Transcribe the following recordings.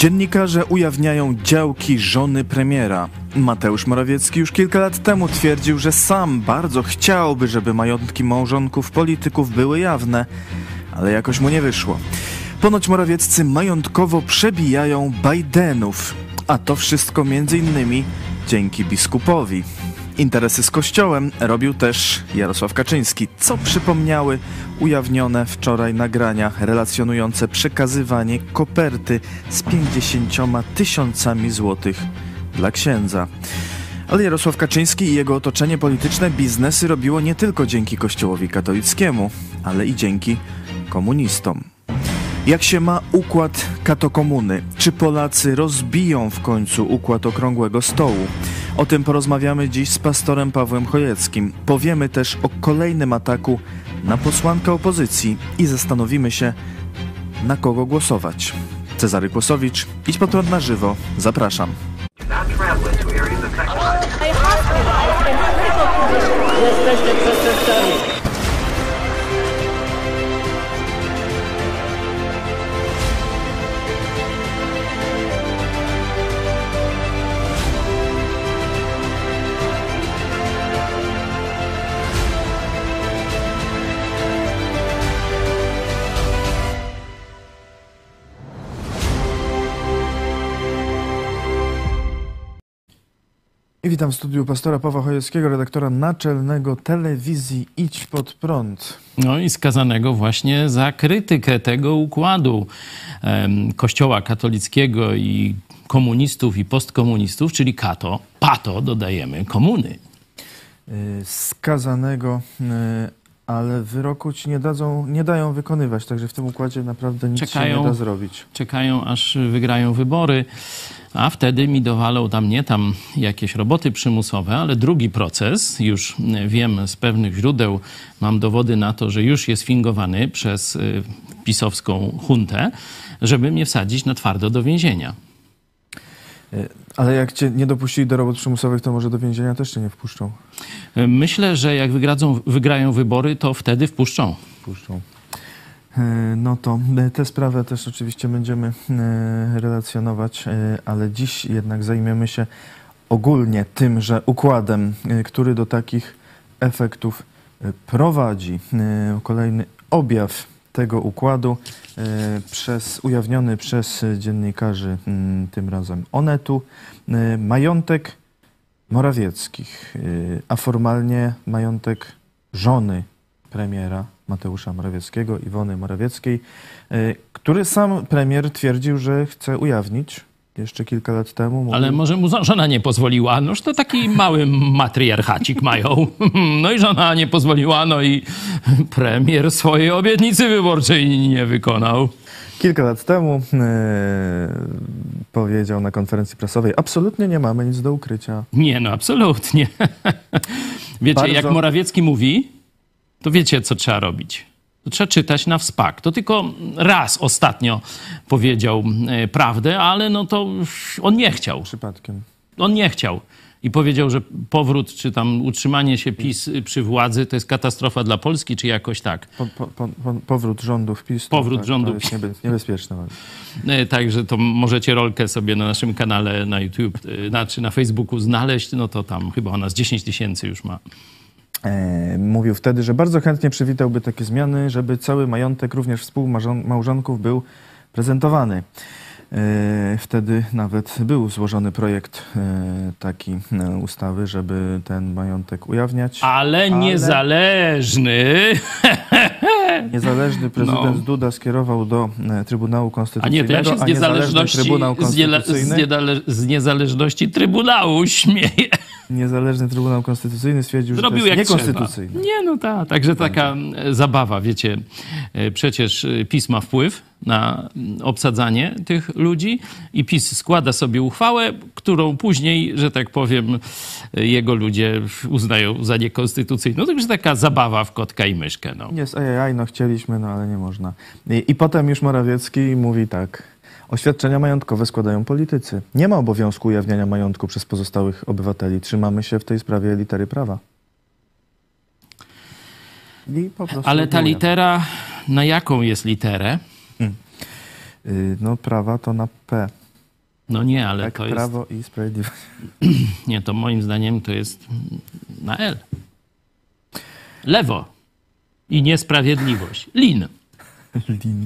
Dziennikarze ujawniają działki żony premiera. Mateusz Morawiecki już kilka lat temu twierdził, że sam bardzo chciałby, żeby majątki małżonków polityków były jawne, ale jakoś mu nie wyszło. Ponoć morawieccy majątkowo przebijają Bidenów, a to wszystko m.in. dzięki biskupowi. Interesy z Kościołem robił też Jarosław Kaczyński, co przypomniały ujawnione wczoraj nagrania relacjonujące przekazywanie koperty z 50 000 złotych dla księdza. Ale Jarosław Kaczyński i jego otoczenie polityczne biznesy robiło nie tylko dzięki Kościołowi katolickiemu, ale i dzięki komunistom. Jak się ma układ katokomuny? Czy Polacy rozbiją w końcu układ okrągłego stołu? O tym porozmawiamy dziś z pastorem Pawłem Chojeckim. Powiemy też o kolejnym ataku na posłankę opozycji i zastanowimy się, na kogo głosować. Cezary Kłosowicz, Idź Pod Prąd na żywo. Zapraszam. Jesteście przestępcami. I witam w studiu pastora Pawła Chojeckiego, redaktora naczelnego telewizji Idź Pod Prąd. No i skazanego właśnie za krytykę tego układu Kościoła katolickiego i komunistów i postkomunistów, czyli pato dodajemy, komuny. Skazanego, ale wyroku ci nie dają wykonywać, także w tym układzie naprawdę nic się nie da zrobić. Czekają, aż wygrają wybory, a wtedy mi dowalą nie tam jakieś roboty przymusowe, ale drugi proces, już wiem z pewnych źródeł, mam dowody na to, że już jest fingowany przez pisowską juntę, żeby mnie wsadzić na twardo do więzienia. Ale jak cię nie dopuścili do robót przymusowych, to może do więzienia też cię nie wpuszczą? Myślę, że jak wygrają wybory, to wtedy wpuszczą. No to tę sprawę też oczywiście będziemy relacjonować, ale dziś jednak zajmiemy się ogólnie tymże układem, który do takich efektów prowadzi. Kolejny objaw tego układu ujawniony przez dziennikarzy, tym razem Onetu, majątek Morawieckich, a formalnie majątek żony premiera Mateusza Morawieckiego, Iwony Morawieckiej, który sam premier twierdził, że chce ujawnić jeszcze kilka lat temu. Mówił... Ale może mu żona nie pozwoliła. Noż to taki mały matriarchacik mają. No i żona nie pozwoliła, no i premier swojej obietnicy wyborczej nie wykonał. Kilka lat temu powiedział na konferencji prasowej: absolutnie nie mamy nic do ukrycia. Nie, no absolutnie. Wiecie, jak Morawiecki mówi, to wiecie, co trzeba robić. To trzeba czytać na wspak. To tylko raz ostatnio powiedział prawdę, ale no to on nie chciał. Przypadkiem. On nie chciał. I powiedział, że powrót, czy tam utrzymanie się PiS przy władzy to jest katastrofa dla Polski, czy jakoś tak. Powrót rządów PiS. Powrót rządów PiS. Jest niebezpieczne. Także to możecie rolkę sobie na naszym kanale na YouTube, czy na Facebooku znaleźć. No to tam chyba ona z 10 000 już ma. Mówił wtedy, że bardzo chętnie przywitałby takie zmiany, żeby cały majątek, również współmałżonków, był prezentowany. Wtedy nawet był złożony projekt taki ustawy, żeby ten majątek ujawniać. Ale niezależny. Niezależny prezydent Duda skierował do Trybunału Konstytucyjnego. A nie, to ja się z niezależności Trybunału śmieję. Niezależny Trybunał Konstytucyjny stwierdził, że to jest niekonstytucyjne. Trzeba. Nie, no tak. Także taka zabawa, wiecie. Przecież PiS ma wpływ na obsadzanie tych ludzi i PiS składa sobie uchwałę, którą później, że tak powiem, jego ludzie uznają za niekonstytucyjną. Także taka zabawa w kotka i myszkę. No. Jest, no chcieliśmy, no ale nie można. I potem już Morawiecki mówi tak: oświadczenia majątkowe składają politycy. Nie ma obowiązku ujawniania majątku przez pozostałych obywateli. Trzymamy się w tej sprawie litery prawa. Ale ta litera, na jaką jest literę? No prawa to na P. No nie, ale Tak, to jest... Prawo i Sprawiedliwość. Nie, to moim zdaniem to jest na L. Lewo i niesprawiedliwość. Lin. Lin.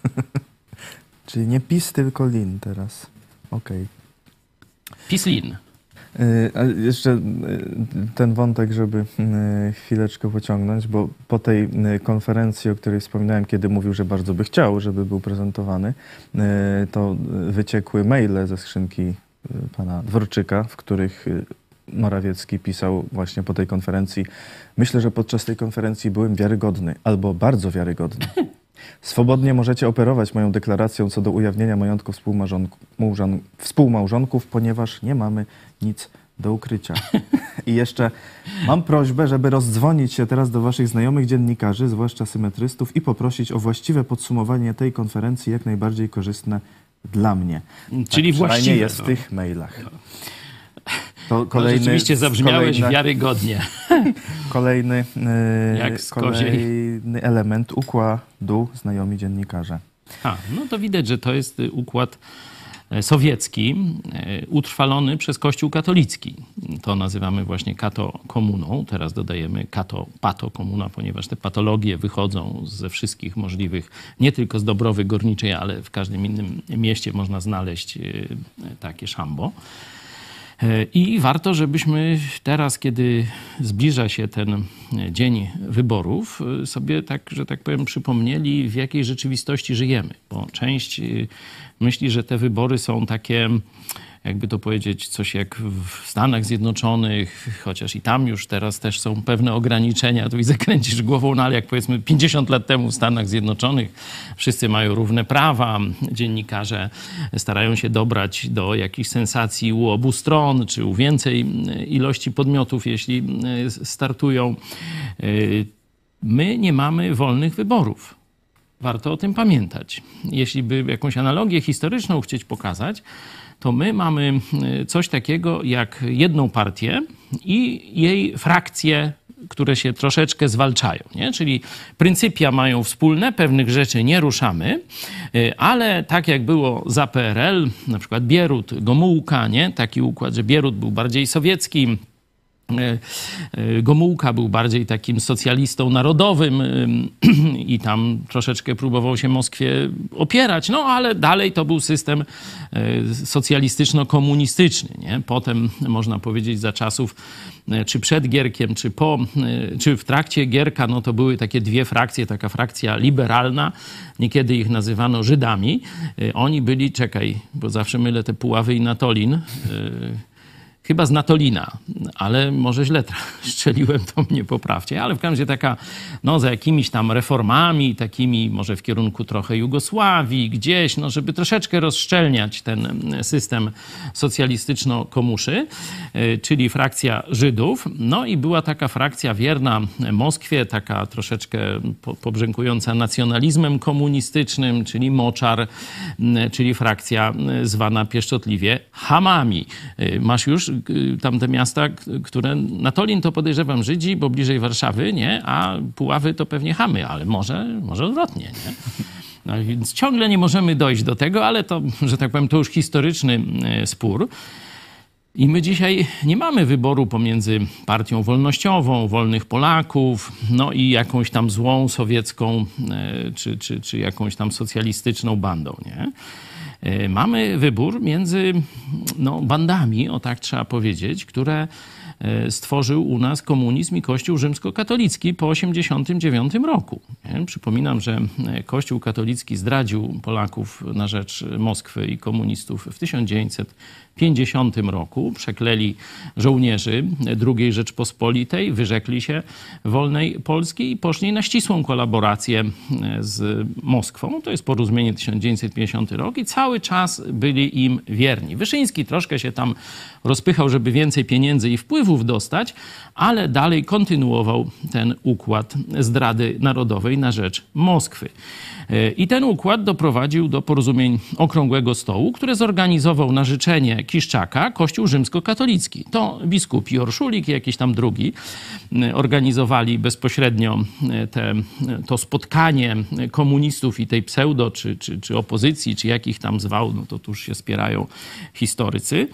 Czyli nie PiS, tylko Lin teraz. Okej. PiS-Lin. A jeszcze ten wątek, żeby chwileczkę pociągnąć, bo po tej konferencji, o której wspominałem, kiedy mówił, że bardzo by chciał, żeby był prezentowany, to wyciekły maile ze skrzynki pana Dworczyka, w których Morawiecki pisał właśnie po tej konferencji: myślę, że podczas tej konferencji byłem wiarygodny albo bardzo wiarygodny. Swobodnie możecie operować moją deklaracją co do ujawnienia majątku współmałżonków, ponieważ nie mamy nic do ukrycia. I jeszcze mam prośbę, żeby rozdzwonić się teraz do waszych znajomych dziennikarzy, zwłaszcza symetrystów, i poprosić o właściwe podsumowanie tej konferencji, jak najbardziej korzystne dla mnie. Czyli tak właściwe. jest w tych mailach. To kolejny, rzeczywiście zabrzmiałeś wiarygodnie. Kolejny Jak z koziej. kolejny element układu znajomi dziennikarze. No to widać, że to jest układ sowiecki, utrwalony przez Kościół katolicki. To nazywamy właśnie kato-komuną. Teraz dodajemy kato-pato-komuna, ponieważ te patologie wychodzą ze wszystkich możliwych, nie tylko z Dobrowy Górniczej, ale w każdym innym mieście można znaleźć takie szambo. I warto, żebyśmy teraz, kiedy zbliża się ten dzień wyborów, sobie tak, że tak powiem, przypomnieli, w jakiej rzeczywistości żyjemy. Bo część myśli, że te wybory są takie, jakby to powiedzieć, coś jak w Stanach Zjednoczonych, chociaż i tam już teraz też są pewne ograniczenia. Tu i zakręcisz głową, no ale jak powiedzmy 50 lat temu w Stanach Zjednoczonych wszyscy mają równe prawa, dziennikarze starają się dobrać do jakichś sensacji u obu stron, czy u więcej ilości podmiotów, jeśli startują. My nie mamy wolnych wyborów. Warto o tym pamiętać. Jeśli by jakąś analogię historyczną chcieć pokazać, to my mamy coś takiego jak jedną partię i jej frakcje, które się troszeczkę zwalczają, nie? Czyli pryncypia mają wspólne, pewnych rzeczy nie ruszamy, ale tak jak było za PRL, na przykład Bierut, Gomułka, nie? Taki układ, że Bierut był bardziej sowiecki, Gomułka był bardziej takim socjalistą narodowym i tam troszeczkę próbował się Moskwie opierać, no ale dalej to był system socjalistyczno-komunistyczny, nie? Potem można powiedzieć za czasów, czy przed Gierkiem, czy w trakcie Gierka, no to były takie dwie frakcje, taka frakcja liberalna, niekiedy ich nazywano Żydami. Oni byli, bo zawsze mylę te Puławy i Natolin, chyba z Natolina, ale może źle strzeliłem, to mnie poprawcie. Ale w każdym razie taka, no za jakimiś tam reformami, takimi może w kierunku trochę Jugosławii, gdzieś, no żeby troszeczkę rozszczelniać ten system socjalistyczno-komuszy, czyli frakcja Żydów. No i była taka frakcja wierna Moskwie, taka troszeczkę pobrzękująca nacjonalizmem komunistycznym, czyli Moczar, czyli frakcja zwana pieszczotliwie Hamami. Masz już tamte miasta, które Natolin to podejrzewam Żydzi, bo bliżej Warszawy, nie? A Puławy to pewnie Chamy, ale może odwrotnie, nie? No, więc ciągle nie możemy dojść do tego, ale to, że tak powiem, to już historyczny spór. I my dzisiaj nie mamy wyboru pomiędzy partią wolnościową, wolnych Polaków, no i jakąś tam złą sowiecką, czy jakąś tam socjalistyczną bandą, nie? Mamy wybór między bandami, o tak trzeba powiedzieć, które stworzył u nas komunizm i Kościół rzymskokatolicki po 1989 roku. Przypominam, że Kościół katolicki zdradził Polaków na rzecz Moskwy i komunistów w 1950 roku. Przekleli żołnierzy II Rzeczpospolitej, wyrzekli się wolnej Polski i poszli na ścisłą kolaborację z Moskwą. To jest porozumienie 1950 rok i cały czas byli im wierni. Wyszyński troszkę się tam rozpychał, żeby więcej pieniędzy i wpływów wpływów dostać, ale dalej kontynuował ten układ zdrady narodowej na rzecz Moskwy. I ten układ doprowadził do porozumień Okrągłego Stołu, które zorganizował na życzenie Kiszczaka Kościół rzymskokatolicki. To biskupi Orszulik i jakiś tam drugi organizowali bezpośrednio to spotkanie komunistów i tej pseudo, czy opozycji, czy jakich tam zwał, no to tu już się spierają historycy.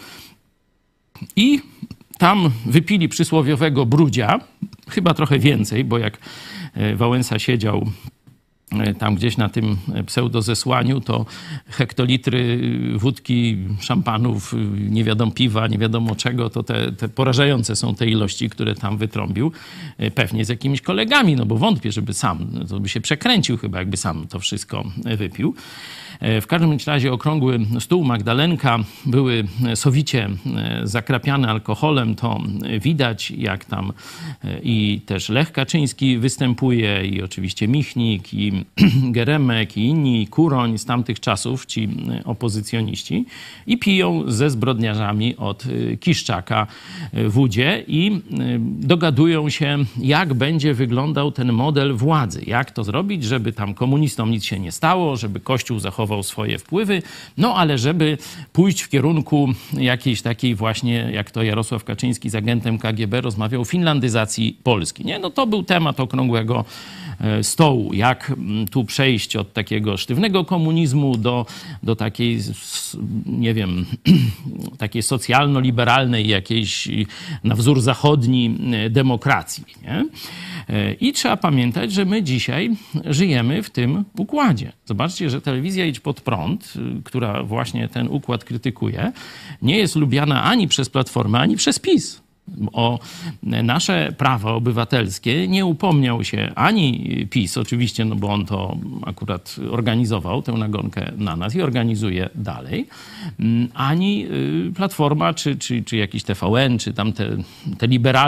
I tam wypili przysłowiowego brudzia, chyba trochę więcej, bo jak Wałęsa siedział tam gdzieś na tym pseudozesłaniu, to hektolitry wódki, szampanów, nie wiadomo piwa, nie wiadomo czego, to te porażające są te ilości, które tam wytrąbił. Pewnie z jakimiś kolegami, no bo wątpię, żeby sam, to by się przekręcił chyba, jakby sam to wszystko wypił. W każdym razie Okrągły Stół, Magdalenka były sowicie zakrapiane alkoholem, to widać, jak tam i też Lech Kaczyński występuje, i oczywiście Michnik, i Geremek, i inni, i Kuroń z tamtych czasów, ci opozycjoniści, i piją ze zbrodniarzami od Kiszczaka wódzie i dogadują się, jak będzie wyglądał ten model władzy, jak to zrobić, żeby tam komunistom nic się nie stało, żeby Kościół zachował swoje wpływy, no ale żeby pójść w kierunku jakiejś takiej właśnie, jak to Jarosław Kaczyński z agentem KGB rozmawiał, finlandyzacji Polski. Nie? No to był temat Okrągłego Stołu. Jak tu przejść od takiego sztywnego komunizmu do takiej, nie wiem, takiej socjalno-liberalnej jakiejś na wzór zachodni demokracji. Nie? I trzeba pamiętać, że my dzisiaj żyjemy w tym układzie. Zobaczcie, że telewizja Idź Pod Prąd, która właśnie ten układ krytykuje, nie jest lubiana ani przez Platformę, ani przez PiS. O nasze prawa obywatelskie nie upomniał się ani PiS, oczywiście, no bo on to akurat organizował, tę nagonkę na nas i organizuje dalej, ani Platforma, czy jakiś TVN, czy tam te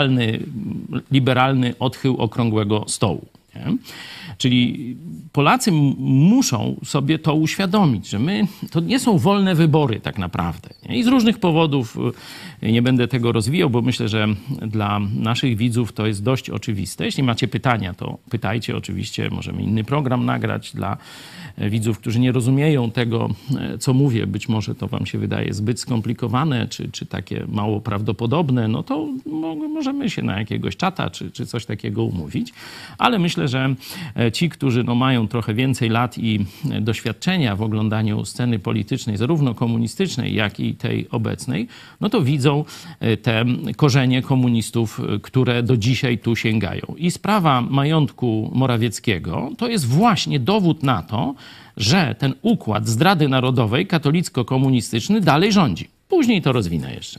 liberalny odchył Okrągłego Stołu. Nie? Czyli Polacy muszą sobie to uświadomić, że to nie są wolne wybory tak naprawdę. Nie? I z różnych powodów, nie będę tego rozwijał, bo myślę, że dla naszych widzów to jest dość oczywiste. Jeśli macie pytania, to pytajcie oczywiście. Możemy inny program nagrać dla widzów, którzy nie rozumieją tego, co mówię. Być może to wam się wydaje zbyt skomplikowane, czy takie mało prawdopodobne. No to możemy się na jakiegoś czata, czy coś takiego umówić. Ale myślę, że ci, którzy mają trochę więcej lat i doświadczenia w oglądaniu sceny politycznej, zarówno komunistycznej, jak i tej obecnej, no to widzą te korzenie komunistów, które do dzisiaj tu sięgają. I sprawa majątku Morawieckiego to jest właśnie dowód na to, że ten układ zdrady narodowej katolicko-komunistyczny dalej rządzi. Później to rozwinę jeszcze.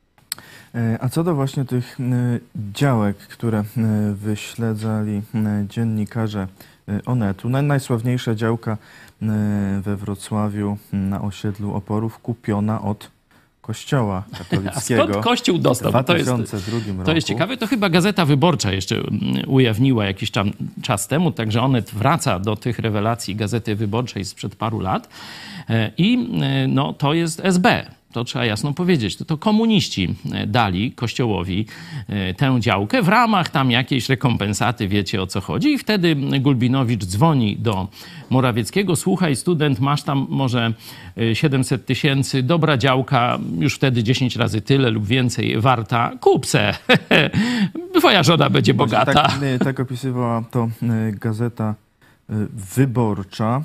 A co do właśnie tych działek, które wyśledzali dziennikarze Onetu, najsławniejsza działka we Wrocławiu na osiedlu Oporów kupiona od Kościoła katolickiego. A skąd Kościół dostał? W 2002 roku. To jest ciekawe. To chyba Gazeta Wyborcza jeszcze ujawniła jakiś czas temu, także Onet wraca do tych rewelacji Gazety Wyborczej sprzed paru lat i no, to jest SB. To trzeba jasno powiedzieć. To komuniści dali Kościołowi tę działkę w ramach tam jakiejś rekompensaty, wiecie o co chodzi. I wtedy Gulbinowicz dzwoni do Morawieckiego. Słuchaj, student, masz tam może 700 000, dobra działka, już wtedy 10 razy tyle lub więcej warta. Kup se. Twoja żona będzie bogata. Tak opisywała to Gazeta Wyborcza.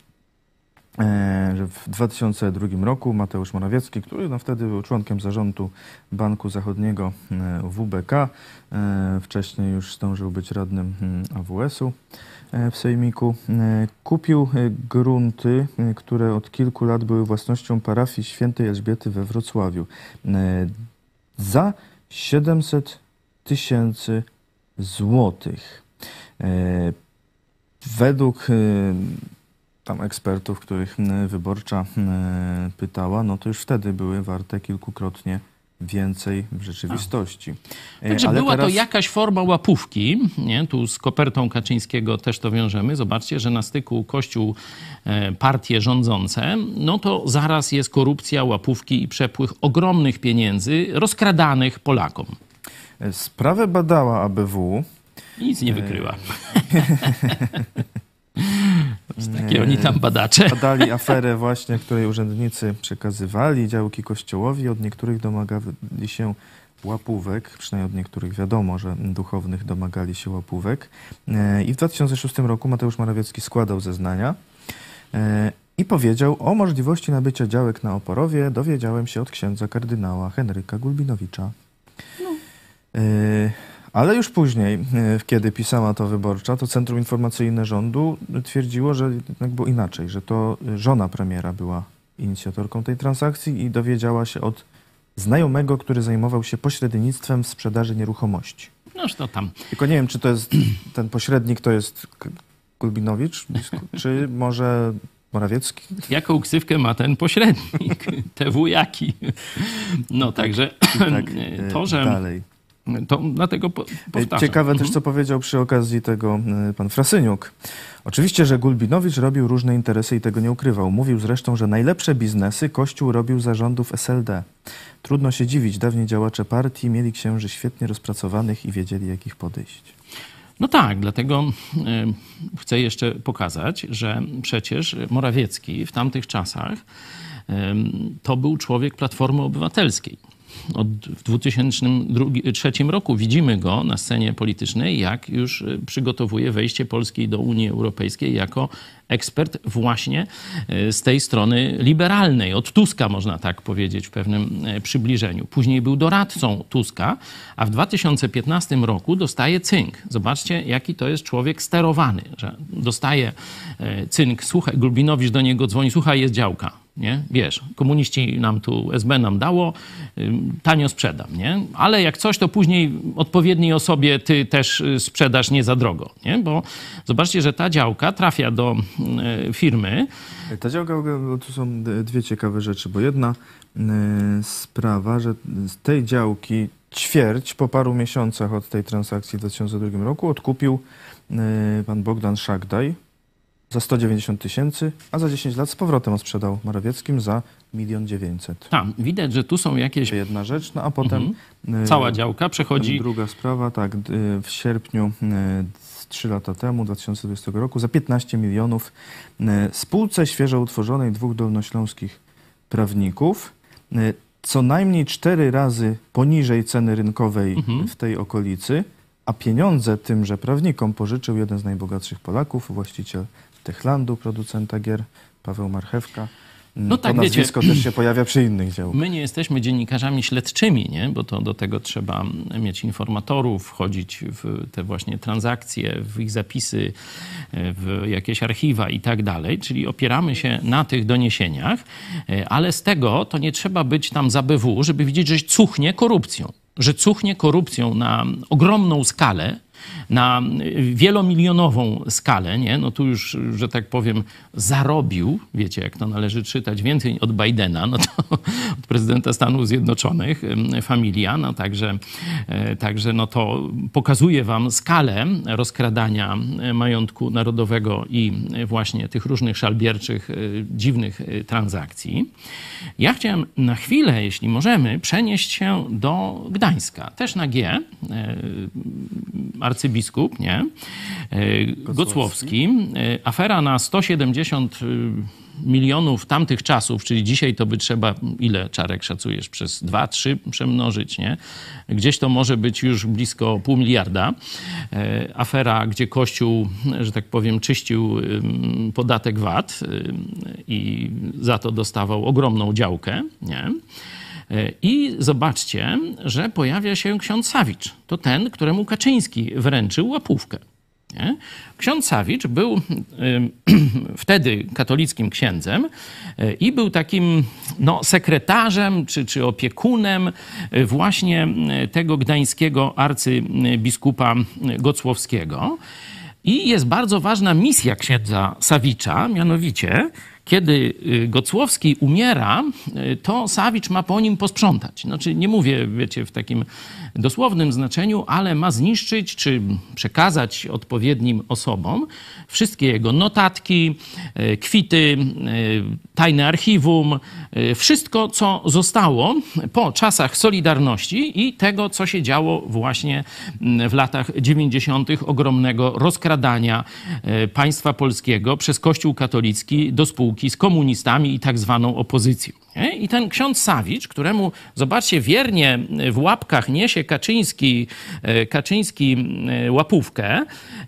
Że w 2002 roku Mateusz Morawiecki, który wtedy był członkiem zarządu Banku Zachodniego WBK, wcześniej już zdążył być radnym AWS-u w Sejmiku, kupił grunty, które od kilku lat były własnością parafii Świętej Elżbiety we Wrocławiu za 700 000 złotych. Według tam ekspertów, których Wyborcza pytała, no to już wtedy były warte kilkukrotnie więcej w rzeczywistości. Także była to jakaś forma łapówki, nie? Tu z kopertą Kaczyńskiego też to wiążemy. Zobaczcie, że na styku Kościół, partie rządzące, no to zaraz jest korupcja, łapówki i przepływ ogromnych pieniędzy rozkradanych Polakom. Sprawę badała ABW. Nic nie wykryła. Takie oni tam badacze. Badali aferę właśnie, której urzędnicy przekazywali działki Kościołowi. Od niektórych domagali się łapówek, przynajmniej od niektórych wiadomo, że duchownych domagali się łapówek. I w 2006 roku Mateusz Morawiecki składał zeznania i powiedział o możliwości nabycia działek na Oporowie. Dowiedziałem się od księdza kardynała Henryka Gulbinowicza. Ale już później, kiedy pisała to Wyborcza, to Centrum Informacyjne Rządu twierdziło, że jednak było inaczej, że to żona premiera była inicjatorką tej transakcji i dowiedziała się od znajomego, który zajmował się pośrednictwem w sprzedaży nieruchomości. Noż to tam. Tylko nie wiem, czy to jest ten pośrednik, to jest Gulbinowicz, czy może Morawiecki? Jaką ksywkę ma ten pośrednik? Te wujaki. No także to, że... Dalej. To dlatego powtarzam. Ciekawe też, co powiedział przy okazji tego pan Frasyniuk. Oczywiście, że Gulbinowicz robił różne interesy i tego nie ukrywał. Mówił zresztą, że najlepsze biznesy Kościół robił za rządów SLD. Trudno się dziwić, dawni działacze partii mieli księży świetnie rozpracowanych i wiedzieli, jak ich podejść. No tak, dlatego chcę jeszcze pokazać, że przecież Morawiecki w tamtych czasach to był człowiek Platformy Obywatelskiej. W 2003 roku widzimy go na scenie politycznej, jak już przygotowuje wejście Polski do Unii Europejskiej jako ekspert właśnie z tej strony liberalnej. Od Tuska, można tak powiedzieć, w pewnym przybliżeniu. Później był doradcą Tuska, a w 2015 roku dostaje cynk. Zobaczcie, jaki to jest człowiek sterowany, że dostaje cynk. Słuchaj, Gulbinowicz do niego dzwoni, słuchaj, jest działka. Nie? Wiesz, komuniści nam tu, SB nam dało, tanio sprzedam, nie? Ale jak coś, to później odpowiedniej osobie ty też sprzedasz nie za drogo, nie? Bo zobaczcie, że ta działka trafia do firmy. Ta działka, tu są dwie ciekawe rzeczy, bo jedna sprawa, że z tej działki ćwierć po paru miesiącach od tej transakcji w 2002 roku odkupił pan Bogdan Szagdaj za 190 000, a za 10 lat z powrotem sprzedał Morawieckim za 1 900 000. Tam widać, że tu są jakieś... Jedna rzecz, no a potem... Cała działka przechodzi... Druga sprawa, tak, w sierpniu 3 lata temu, 2020 roku, za 15 milionów spółce świeżo utworzonej 2 dolnośląskich prawników, co najmniej 4 razy poniżej ceny rynkowej w tej okolicy, a pieniądze tymże prawnikom pożyczył jeden z najbogatszych Polaków, właściciel Techlandu, producenta gier, Paweł Marchewka. No tak, to nazwisko wiecie, też się pojawia przy innych działkach. My nie jesteśmy dziennikarzami śledczymi, nie? Bo to do tego trzeba mieć informatorów, wchodzić w te właśnie transakcje, w ich zapisy, w jakieś archiwa i tak dalej. Czyli opieramy się na tych doniesieniach, ale z tego to nie trzeba być tam za BW, żeby widzieć, że cuchnie korupcją. Że cuchnie korupcją na ogromną skalę, na wielomilionową skalę, nie? No tu już, że tak powiem, zarobił, wiecie, jak to należy czytać, więcej od Bidena, no to od prezydenta Stanów Zjednoczonych, familia, no także no to pokazuje wam skalę rozkradania majątku narodowego i właśnie tych różnych szalbierczych, dziwnych transakcji. Ja chciałem na chwilę, jeśli możemy, przenieść się do Gdańska, też na G, arcybiskup, nie? Gocłowski. Afera na 170 milionów tamtych czasów, czyli dzisiaj to by trzeba, ile, Czarek, szacujesz, przez 2-3 przemnożyć, nie? Gdzieś to może być już blisko 500 miliona. Afera, gdzie Kościół, że tak powiem, czyścił podatek VAT i za to dostawał ogromną działkę, nie? I zobaczcie, że pojawia się ksiądz Sawicz. To ten, któremu Kaczyński wręczył łapówkę. Nie? Ksiądz Sawicz był wtedy katolickim księdzem i był takim sekretarzem czy opiekunem właśnie tego gdańskiego arcybiskupa Gocłowskiego. I jest bardzo ważna misja księdza Sawicza, mianowicie kiedy Gocłowski umiera, to Sawicz ma po nim posprzątać. Znaczy, nie mówię, wiecie, w takim dosłownym znaczeniu, ale ma zniszczyć czy przekazać odpowiednim osobom wszystkie jego notatki, kwity, tajne archiwum, wszystko, co zostało po czasach Solidarności i tego, co się działo właśnie w latach 90. ogromnego rozkradania państwa polskiego przez Kościół katolicki do spółki z komunistami i tak zwaną opozycją. Nie? I ten ksiądz Sawicz, któremu, zobaczcie, wiernie w łapkach niesie Kaczyński łapówkę,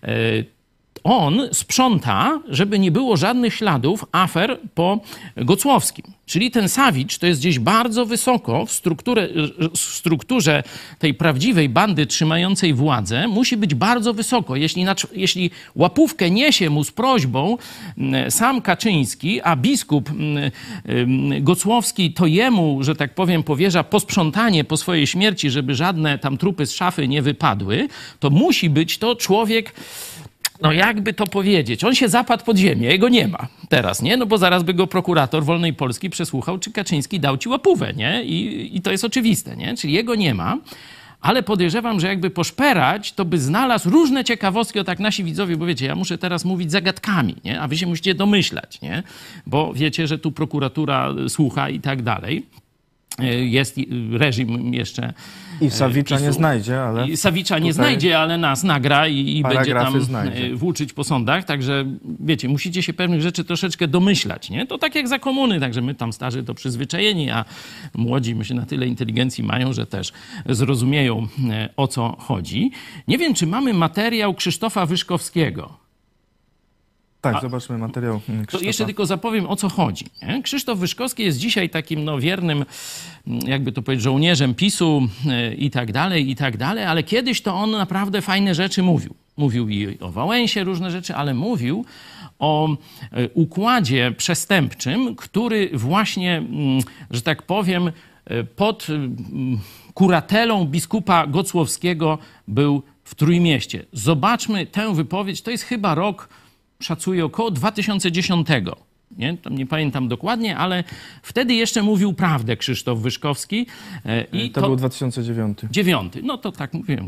on sprząta, żeby nie było żadnych śladów afer po Gocłowskim. Czyli ten Sawicz to jest gdzieś bardzo wysoko w strukturze tej prawdziwej bandy trzymającej władzę, musi być bardzo wysoko. Jeśli łapówkę niesie mu z prośbą sam Kaczyński, a biskup Gocłowski to jemu, że tak powiem, powierza posprzątanie po swojej śmierci, żeby żadne tam trupy z szafy nie wypadły, to musi być to człowiek, no jakby to powiedzieć, on się zapadł pod ziemię, jego nie ma teraz, nie? No bo zaraz by go prokurator Wolnej Polski przesłuchał, czy Kaczyński dał ci łapówę, nie? I to jest oczywiste, nie? Czyli jego nie ma, ale podejrzewam, że jakby poszperać, to by znalazł różne ciekawostki, o tak nasi widzowie, bo wiecie, ja muszę teraz mówić zagadkami, nie? A wy się musicie domyślać, nie? Bo wiecie, że tu prokuratura słucha i tak dalej. Jest reżim jeszcze. I Sawicza nie znajdzie, ale. I Sawicza nie znajdzie, ale nas nagra i będzie tam włóczyć po sądach. Także wiecie, musicie się pewnych rzeczy troszeczkę domyślać. Nie? To tak jak za komuny, także my tam starzy to przyzwyczajeni, a młodzi myślę na tyle inteligencji mają, że też zrozumieją, o co chodzi. Nie wiem, czy mamy materiał Krzysztofa Wyszkowskiego. Tak, zobaczmy materiał Krzysztofa. To jeszcze tylko zapowiem, o co chodzi. Nie? Krzysztof Wyszkowski jest dzisiaj takim wiernym, jakby to powiedzieć, żołnierzem PiS-u i tak dalej, ale kiedyś to on naprawdę fajne rzeczy mówił. Mówił i o Wałęsie różne rzeczy, ale mówił o układzie przestępczym, który właśnie, że tak powiem, pod kuratelą biskupa Gocłowskiego był w Trójmieście. Zobaczmy tę wypowiedź, to jest chyba rok, szacuję, około 2010. Nie pamiętam dokładnie, ale wtedy jeszcze mówił prawdę Krzysztof Wyszkowski. I to był 2009. 9. No to tak mówiłem.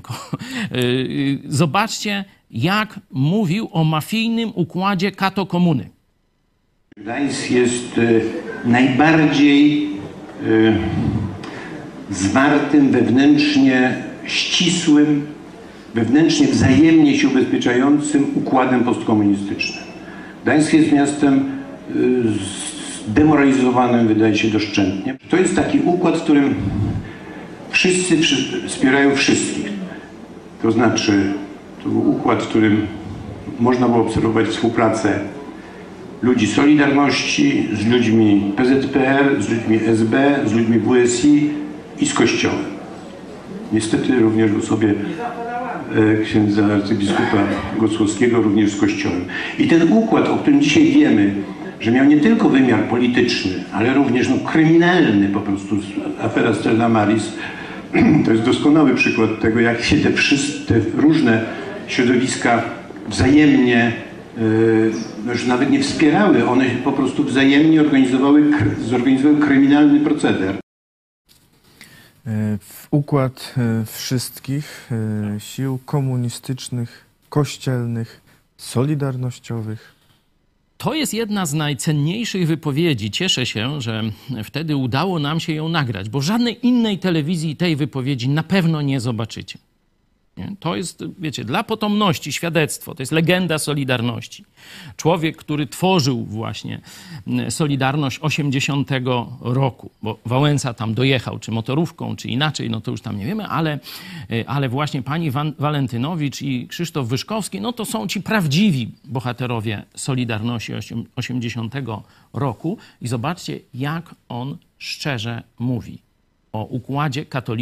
Zobaczcie, jak mówił o mafijnym układzie kato-komuny. Gdańsk jest najbardziej zwartym, wewnętrznie ścisłym, wewnętrznie wzajemnie się ubezpieczającym układem postkomunistycznym. Gdańsk jest miastem zdemoralizowanym, wydaje się, doszczętnie. To jest taki układ, w którym wszyscy wspierają wszystkich. To znaczy, to był układ, w którym można było obserwować współpracę ludzi Solidarności z ludźmi PZPR, z ludźmi SB, z ludźmi WSI i z Kościołem. Niestety również w osobie księdza arcybiskupa Gocłowskiego, również z Kościołem. I ten układ, o którym dzisiaj wiemy, że miał nie tylko wymiar polityczny, ale również kryminalny po prostu, afera Stella Maris, to jest doskonały przykład tego, jak się te różne środowiska wzajemnie już nawet nie wspierały, one po prostu wzajemnie zorganizowały kryminalny proceder. W układ wszystkich sił komunistycznych, kościelnych, solidarnościowych. To jest jedna z najcenniejszych wypowiedzi. Cieszę się, że wtedy udało nam się ją nagrać, bo w żadnej innej telewizji tej wypowiedzi na pewno nie zobaczycie. Nie? To jest, wiecie, dla potomności świadectwo, to jest legenda Solidarności. Człowiek, który tworzył właśnie Solidarność 80 roku, bo Wałęsa tam dojechał, czy motorówką, czy inaczej, no to już tam nie wiemy, ale właśnie pani Walentynowicz i Krzysztof Wyszkowski, no to są ci prawdziwi bohaterowie Solidarności 80 roku. I zobaczcie, jak on szczerze mówi o układzie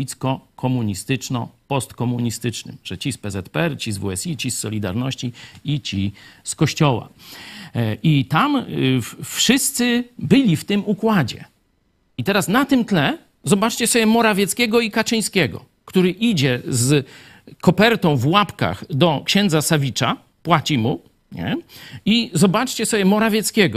katolicko-komunistyczno-postkomunistycznym, że ci z PZPR, ci z WSI, ci z Solidarności i ci z Kościoła. I tam wszyscy byli w tym układzie. I teraz na tym tle zobaczcie sobie Morawieckiego i Kaczyńskiego, który idzie z kopertą w łapkach do księdza Sawicza, płaci mu, nie? I zobaczcie sobie Morawieckiego,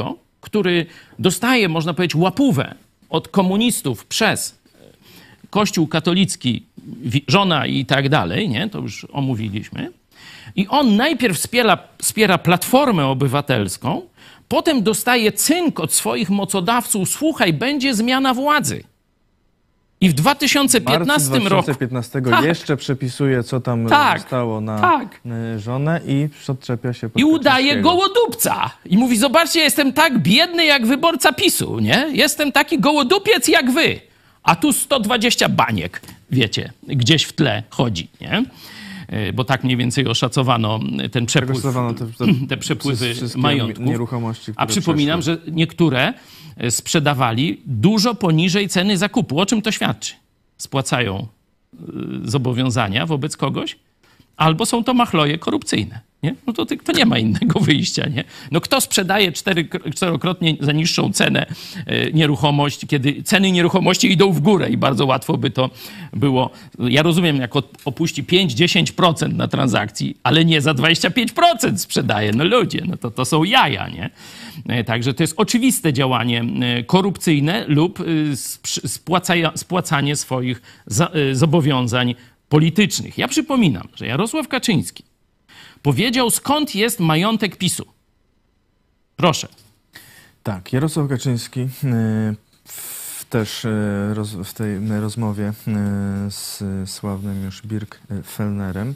który dostaje, można powiedzieć, łapówę od komunistów przez Kościół katolicki, żona i tak dalej, nie? To już omówiliśmy. I on najpierw wspiera Platformę Obywatelską, potem dostaje cynk od swoich mocodawców, słuchaj, będzie zmiana władzy. I w 2015 roku... 2015 jeszcze przepisuje, co tam zostało na żonę i odczepia się pod i udaje Kaczyńskiego. gołodupca. I mówi, zobaczcie, jestem tak biedny jak wyborca PiS-u, nie? Jestem taki gołodupiec jak wy. A tu 120 baniek, wiecie, gdzieś w tle chodzi, nie? Bo tak mniej więcej oszacowano ten przepływ, te przepływy majątków. Nieruchomości, a przypominam, że niektóre sprzedawali dużo poniżej ceny zakupu. O czym to świadczy? Spłacają zobowiązania wobec kogoś, albo są to machloje korupcyjne. Nie? No to nie ma innego wyjścia. Nie? No kto sprzedaje czterokrotnie za niższą cenę nieruchomość, kiedy ceny nieruchomości idą w górę i bardzo łatwo by to było. Ja rozumiem, jak opuści 5-10% na transakcji, ale nie za 25% sprzedaje. No ludzie, no to są jaja, nie? Także to jest oczywiste działanie korupcyjne lub spłacanie swoich zobowiązań politycznych. Ja przypominam, że Jarosław Kaczyński powiedział, skąd jest majątek PiS-u. Proszę. Tak, Jarosław Kaczyński też w tej rozmowie z sławnym już Birgfellnerem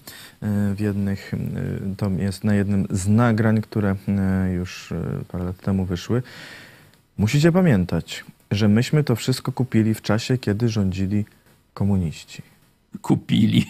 to jest na jednym z nagrań, które już parę lat temu wyszły. Musicie pamiętać, że myśmy to wszystko kupili w czasie, kiedy rządzili komuniści. Kupili.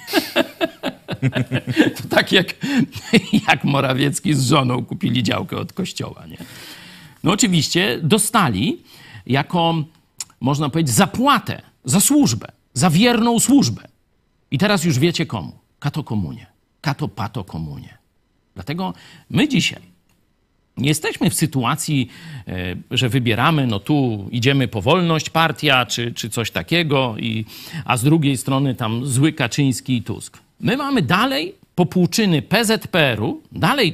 To tak jak Morawiecki z żoną kupili działkę od kościoła, nie? No oczywiście dostali jako, można powiedzieć, zapłatę za służbę, za wierną służbę. I teraz już wiecie komu. Kato komunie. Kato pato komunie. Dlatego my dzisiaj nie jesteśmy w sytuacji, że wybieramy, no tu idziemy po wolność partia, czy coś takiego, a z drugiej strony tam zły Kaczyński i Tusk. My mamy dalej popłuczyny PZPR-u, dalej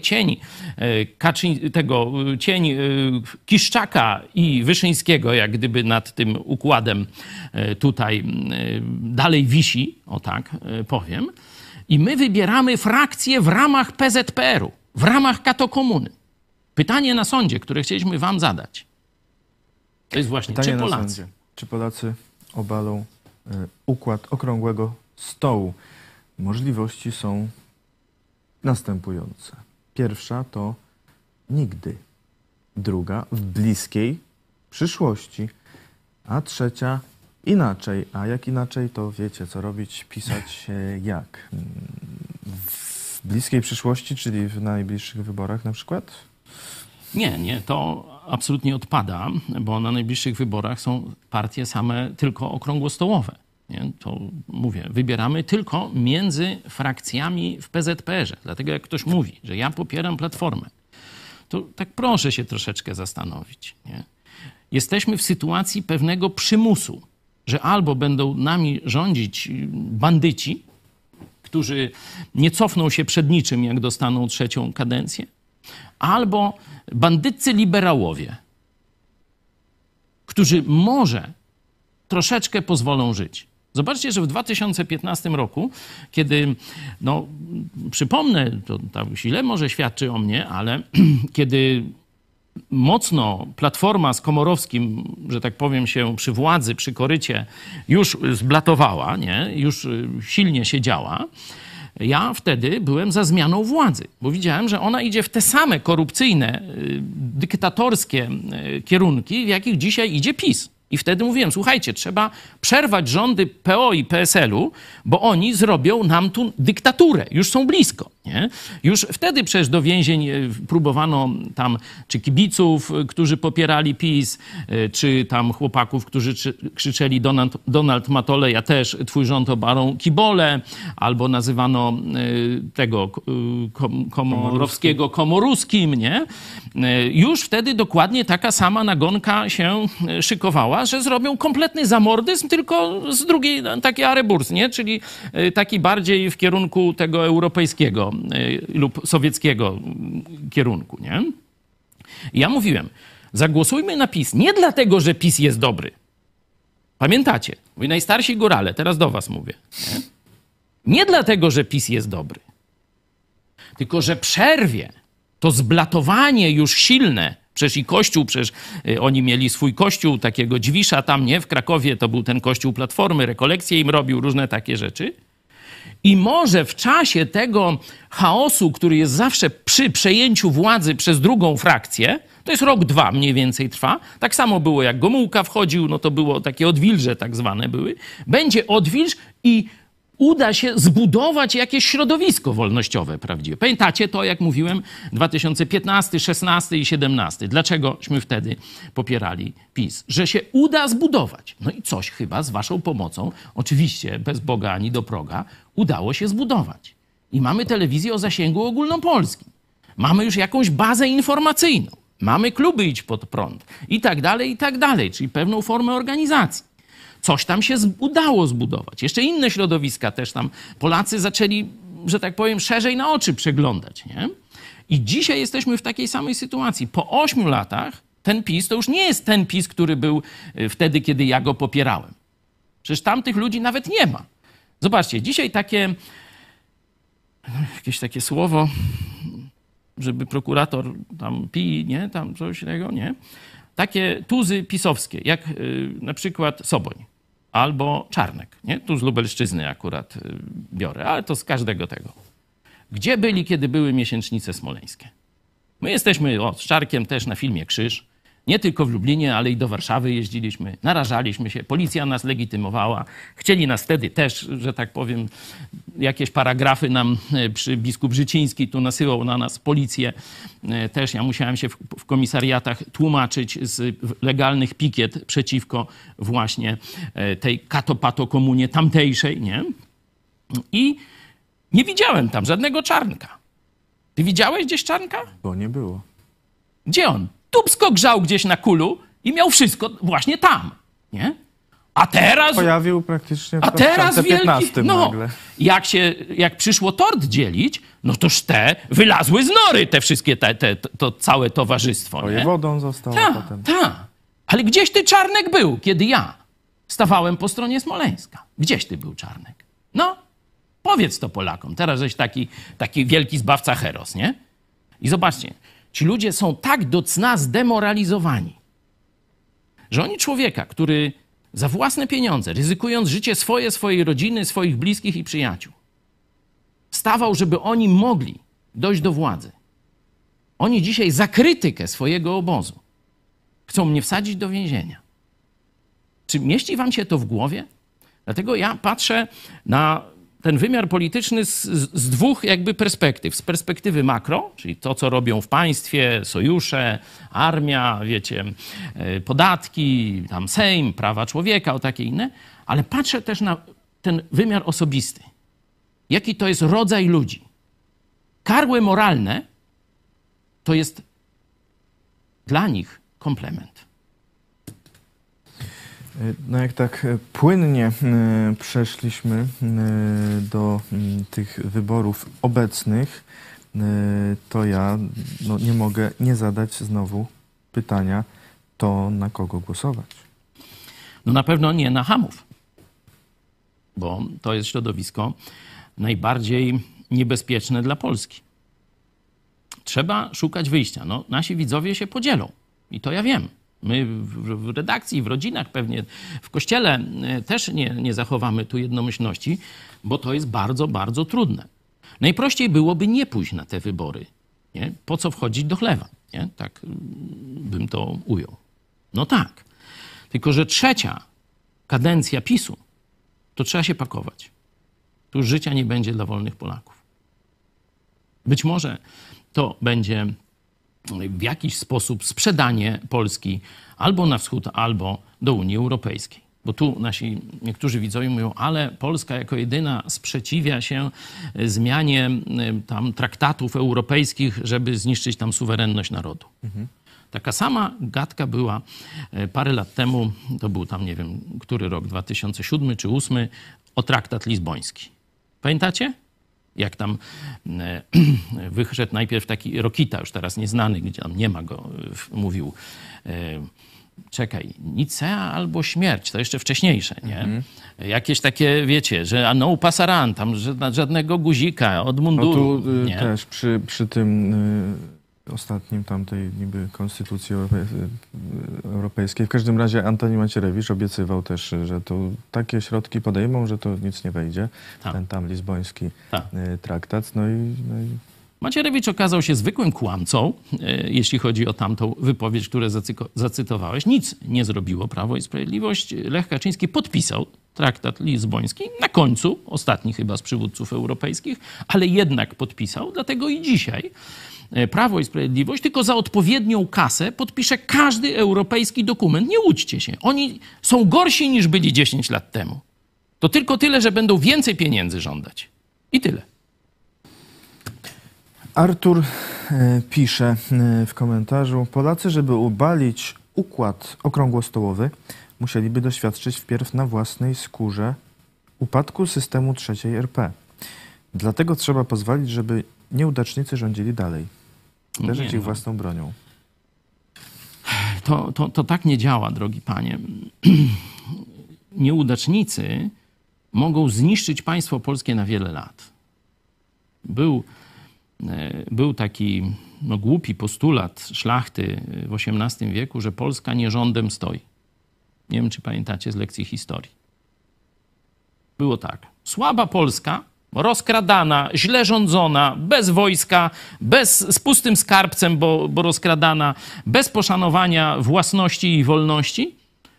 cień Kiszczaka i Wyszyńskiego, jak gdyby nad tym układem tutaj dalej wisi, o tak powiem. I my wybieramy frakcję w ramach PZPR-u, w ramach katokomuny. Pytanie na sądzie, które chcieliśmy wam zadać, to jest właśnie, czy Polacy... Czy Polacy obalą układ okrągłego stołu? Możliwości są następujące. Pierwsza to nigdy. Druga w bliskiej przyszłości. A trzecia inaczej. A jak inaczej, to wiecie, co robić, pisać jak. W bliskiej przyszłości, czyli w najbliższych wyborach na przykład? Nie, to absolutnie odpada, bo na najbliższych wyborach są partie same tylko okrągłostołowe. Nie? To mówię, wybieramy tylko między frakcjami w PZPR-ze. Dlatego jak ktoś mówi, że ja popieram Platformę, to tak proszę się troszeczkę zastanowić. Nie? Jesteśmy w sytuacji pewnego przymusu, że albo będą nami rządzić bandyci, którzy nie cofną się przed niczym, jak dostaną trzecią kadencję, albo bandyccy liberałowie, którzy może troszeczkę pozwolą żyć. Zobaczcie, że w 2015 roku, kiedy, no przypomnę, to źle może świadczy o mnie, ale kiedy mocno Platforma z Komorowskim, że tak powiem, się przy władzy, przy korycie już zblatowała, nie? Już silnie się działa, ja wtedy byłem za zmianą władzy, bo widziałem, że ona idzie w te same korupcyjne, dyktatorskie kierunki, w jakich dzisiaj idzie PiS. I wtedy mówiłem, słuchajcie, trzeba przerwać rządy PO i PSL-u, bo oni zrobią nam tu dyktaturę. Już są blisko, nie? Już wtedy przecież do więzień próbowano tam czy kibiców, którzy popierali PiS, czy tam chłopaków, którzy krzyczeli Donald Matole, ja też, twój rząd obalą kibole, albo nazywano tego Komorowskiego komoruskim, nie? Już wtedy dokładnie taka sama nagonka się szykowała, że zrobią kompletny zamordyzm, tylko z drugiej taki areburs, nie? Czyli taki bardziej w kierunku tego europejskiego lub sowieckiego kierunku, nie? I ja mówiłem, Zagłosujmy na PiS nie dlatego, że PiS jest dobry. Pamiętacie? Wy najstarsi górale, teraz do was mówię. Nie dlatego, że PiS jest dobry. Tylko, że przerwie to zblatowanie już silne. Przecież i Kościół, przecież oni mieli swój kościół, takiego Dziwisza tam, nie? W Krakowie to był ten kościół Platformy, rekolekcje im robił, różne takie rzeczy. I może w czasie tego chaosu, który jest zawsze przy przejęciu władzy przez drugą frakcję, to jest rok, 2 mniej więcej trwa, tak samo było jak Gomułka wchodził, no to było takie odwilże tak zwane były, będzie odwilż i uda się zbudować jakieś środowisko wolnościowe prawdziwe. Pamiętacie to, jak mówiłem, 2015, 16 i 17. Dlaczegośmy wtedy popierali PiS? Że się uda zbudować. No i coś chyba z waszą pomocą, oczywiście bez Boga ani do proga, udało się zbudować. I mamy telewizję o zasięgu ogólnopolskim. Mamy już jakąś bazę informacyjną. Mamy kluby Idź Pod Prąd i tak dalej, czyli pewną formę organizacji. Coś tam się udało zbudować. Jeszcze inne środowiska też tam Polacy zaczęli, że tak powiem, szerzej na oczy przeglądać, nie? I dzisiaj jesteśmy w takiej samej sytuacji. Po 8 latach ten PiS to już nie jest ten PiS, który był wtedy, kiedy ja go popierałem. Przecież tamtych ludzi nawet nie ma. Zobaczcie, dzisiaj jakieś takie słowo, żeby prokurator tam nie? Tam coś takiego, nie? Takie tuzy pisowskie, jak na przykład Soboń albo Czarnek. Nie? Tu z Lubelszczyzny akurat biorę, ale to z każdego tego. Gdzie byli, kiedy były miesięcznice smoleńskie? My jesteśmy z Czarkiem też na filmie Krzyż. Nie tylko w Lublinie, ale i do Warszawy jeździliśmy. Narażaliśmy się. Policja nas legitymowała. Chcieli nas wtedy też, że tak powiem, jakieś paragrafy nam biskup Życiński tu nasyłał na nas policję. Też ja musiałem się w komisariatach tłumaczyć z legalnych pikiet przeciwko właśnie tej katopatokomunie tamtejszej, nie? I nie widziałem tam żadnego Czarnka. Ty widziałeś gdzieś Czarnka? Bo nie było. Gdzie on? Dubsko grzał gdzieś na kulu i miał wszystko właśnie tam, nie? A teraz... Pojawił praktycznie a w teraz 2015 nagle. Jak przyszło tort dzielić, no toż wylazły z nory te wszystkie, to całe towarzystwo, nie? Wodą zostało potem. Ale gdzieś ty, Czarnek, był, kiedy ja stawałem po stronie Smoleńska. Gdzieś ty był, Czarnek? No, powiedz to Polakom. Teraz żeś taki wielki zbawca heros, nie? I zobaczcie, ci ludzie są tak do cna zdemoralizowani, że oni człowieka, który za własne pieniądze, ryzykując życie swojej rodziny, swoich bliskich i przyjaciół, stawał, żeby oni mogli dojść do władzy. Oni dzisiaj za krytykę swojego obozu chcą mnie wsadzić do więzienia. Czy mieści wam się to w głowie? Dlatego ja patrzę na ten wymiar polityczny z dwóch jakby perspektyw. Z perspektywy makro, czyli to, co robią w państwie, sojusze, armia, wiecie, podatki, tam Sejm, prawa człowieka, o takie inne, ale patrzę też na ten wymiar osobisty. Jaki to jest rodzaj ludzi. Karły moralne to jest dla nich komplement. No jak tak płynnie przeszliśmy do tych wyborów obecnych, to ja nie mogę nie zadać znowu pytania, to na kogo głosować? No na pewno nie na Hamów, bo to jest środowisko najbardziej niebezpieczne dla Polski. Trzeba szukać wyjścia. No, nasi widzowie się podzielą i to ja wiem. My w redakcji, w rodzinach pewnie, w kościele też nie zachowamy tu jednomyślności, bo to jest bardzo, bardzo trudne. Najprościej byłoby nie pójść na te wybory. Nie? Po co wchodzić do chlewa? Nie? Tak bym to ujął. No tak. Tylko że trzecia kadencja PiS-u, to trzeba się pakować. Tu już życia nie będzie dla wolnych Polaków. Być może to będzie w jakiś sposób sprzedanie Polski albo na wschód, albo do Unii Europejskiej. Bo tu niektórzy widzowie mówią, ale Polska jako jedyna sprzeciwia się zmianie tam traktatów europejskich, żeby zniszczyć tam suwerenność narodu. Taka sama gadka była parę lat temu, to był tam nie wiem, który rok, 2007 czy 2008, o traktat lizboński. Pamiętacie? Jak tam wyszedł najpierw taki Rokita, już teraz nieznany, gdzie tam nie ma go, mówił czekaj, Nicea albo śmierć, to jeszcze wcześniejsze, nie? Jakieś takie, wiecie, że no pasaran, tam żadnego guzika od munduru. No tu nie? też przy tym ostatnim tamtej niby konstytucji europejskiej, w każdym razie Antoni Macierewicz obiecywał też, że to takie środki podejmą, że to nic nie wejdzie. Tak. Ten tam lizboński Tak. traktat. No i Macierewicz okazał się zwykłym kłamcą, jeśli chodzi o tamtą wypowiedź, którą zacytowałeś. Nic nie zrobiło Prawo i Sprawiedliwość. Lech Kaczyński podpisał traktat lizboński na końcu, ostatni chyba z przywódców europejskich, ale jednak podpisał, dlatego i dzisiaj Prawo i Sprawiedliwość tylko za odpowiednią kasę podpisze każdy europejski dokument. Nie łudźcie się. Oni są gorsi niż byli 10 lat temu. To tylko tyle, że będą więcej pieniędzy żądać. I tyle. Artur pisze w komentarzu: Polacy, żeby obalić układ okrągłostołowy, musieliby doświadczyć wpierw na własnej skórze upadku systemu trzeciej RP. Dlatego trzeba pozwolić, żeby nieudacznicy rządzili dalej. Uderzyć ich własną bronią. To tak nie działa, drogi panie. Nieudacznicy mogą zniszczyć państwo polskie na wiele lat. Był taki głupi postulat szlachty w XVIII wieku, że Polska nie rządem stoi. Nie wiem, czy pamiętacie z lekcji historii. Było tak. Słaba Polska, rozkradana, źle rządzona, bez wojska, z pustym skarbcem, bo rozkradana, bez poszanowania własności i wolności.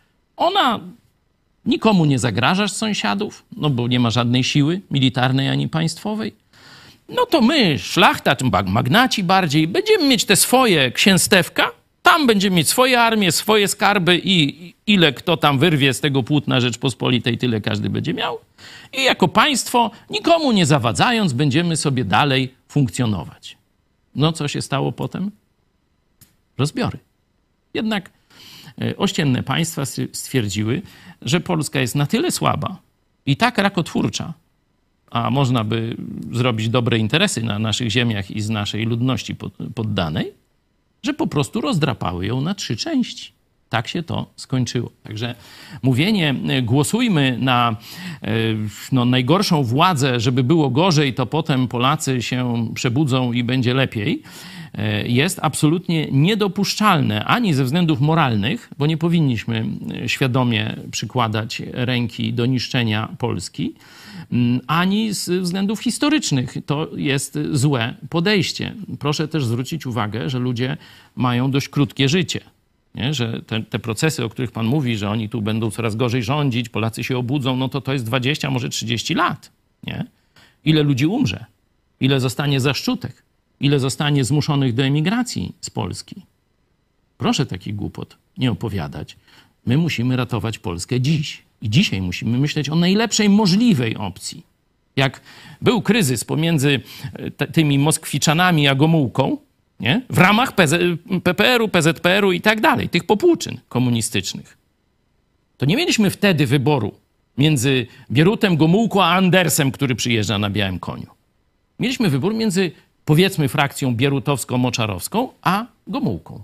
Ona nikomu nie zagraża z sąsiadów, no bo nie ma żadnej siły militarnej ani państwowej. No to my, szlachta, czy magnaci bardziej, będziemy mieć te swoje księstewka, tam będziemy mieć swoje armie, swoje skarby i ile kto tam wyrwie z tego płótna Rzeczpospolitej, tyle każdy będzie miał. I jako państwo, nikomu nie zawadzając, będziemy sobie dalej funkcjonować. No co się stało potem? Rozbiory. Jednak ościenne państwa stwierdziły, że Polska jest na tyle słaba i tak rakotwórcza, a można by zrobić dobre interesy na naszych ziemiach i z naszej ludności poddanej, że po prostu rozdrapały ją na 3 części. Tak się to skończyło. Także mówienie, głosujmy na najgorszą władzę, żeby było gorzej, to potem Polacy się przebudzą i będzie lepiej, jest absolutnie niedopuszczalne ani ze względów moralnych, bo nie powinniśmy świadomie przykładać ręki do niszczenia Polski, ani z względów historycznych. To jest złe podejście. Proszę też zwrócić uwagę, że ludzie mają dość krótkie życie. Nie? Że te procesy, o których pan mówi, że oni tu będą coraz gorzej rządzić, Polacy się obudzą, no to jest 20, może 30 lat. Nie? Ile ludzi umrze? Ile zostanie zaszczutek? Ile zostanie zmuszonych do emigracji z Polski? Proszę takich głupot nie opowiadać. My musimy ratować Polskę dziś. I dzisiaj musimy myśleć o najlepszej możliwej opcji. Jak był kryzys pomiędzy tymi Moskwiczanami a Gomułką, nie? W ramach PPR-u, PZPR-u i tak dalej, tych popłuczyn komunistycznych, to nie mieliśmy wtedy wyboru między Bierutem, Gomułką a Andersem, który przyjeżdża na białym koniu. Mieliśmy wybór między, powiedzmy, frakcją bierutowską-moczarowską a Gomułką.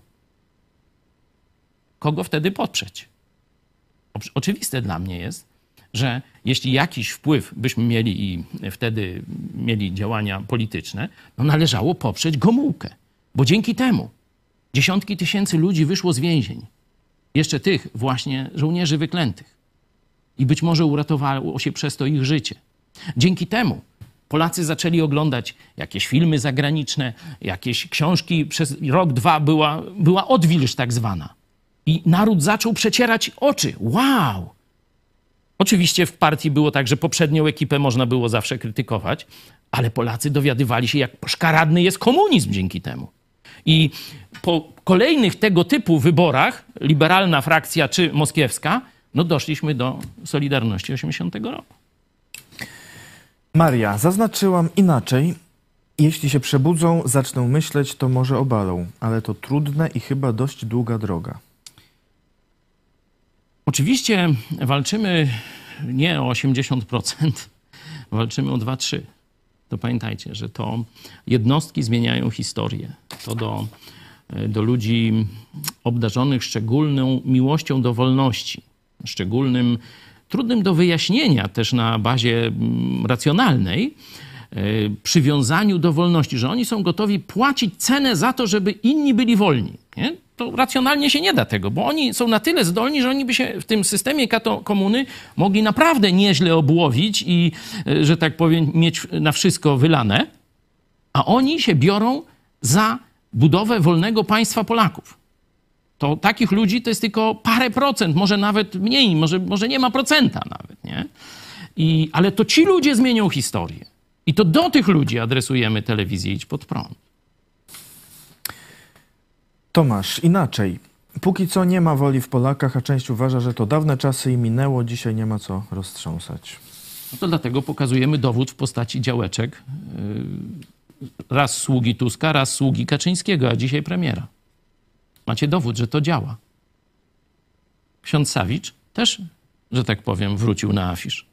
Kogo wtedy poprzeć? Oczywiste dla mnie jest, że jeśli jakiś wpływ byśmy mieli i wtedy mieli działania polityczne, no należało poprzeć Gomułkę. Bo dzięki temu dziesiątki tysięcy ludzi wyszło z więzień. Jeszcze tych właśnie żołnierzy wyklętych. I być może uratowało się przez to ich życie. Dzięki temu Polacy zaczęli oglądać jakieś filmy zagraniczne, jakieś książki. Przez rok, 2 była odwilż tak zwana. I naród zaczął przecierać oczy. Wow! Oczywiście w partii było tak, że poprzednią ekipę można było zawsze krytykować, ale Polacy dowiadywali się, jak szkaradny jest komunizm dzięki temu. I po kolejnych tego typu wyborach, liberalna frakcja czy moskiewska, no doszliśmy do Solidarności 80 roku. Maria, zaznaczyłam inaczej. Jeśli się przebudzą, zaczną myśleć, to może obalą, ale to trudne i chyba dość długa droga. Oczywiście walczymy nie o 80%, walczymy o 2-3. to pamiętajcie, że to jednostki zmieniają historię. To do ludzi obdarzonych szczególną miłością do wolności, szczególnym, trudnym do wyjaśnienia też na bazie racjonalnej, przywiązaniu do wolności, że oni są gotowi płacić cenę za to, żeby inni byli wolni. Nie? To racjonalnie się nie da tego, bo oni są na tyle zdolni, że oni by się w tym systemie komuny mogli naprawdę nieźle obłowić i, że tak powiem, mieć na wszystko wylane, a oni się biorą za budowę wolnego państwa Polaków. To takich ludzi to jest tylko parę procent, może nawet mniej, może nie ma procenta nawet, nie? Ale to ci ludzie zmienią historię. I to do tych ludzi adresujemy telewizję Idź Pod Prąd. Tomasz, inaczej. Póki co nie ma woli w Polakach, a część uważa, że to dawne czasy i minęło, dzisiaj nie ma co roztrząsać. No to dlatego pokazujemy dowód w postaci działeczek. Raz sługi Tuska, raz sługi Kaczyńskiego, a dzisiaj premiera. Macie dowód, że to działa. Ksiądz Sawicz też, że tak powiem, wrócił na afisz.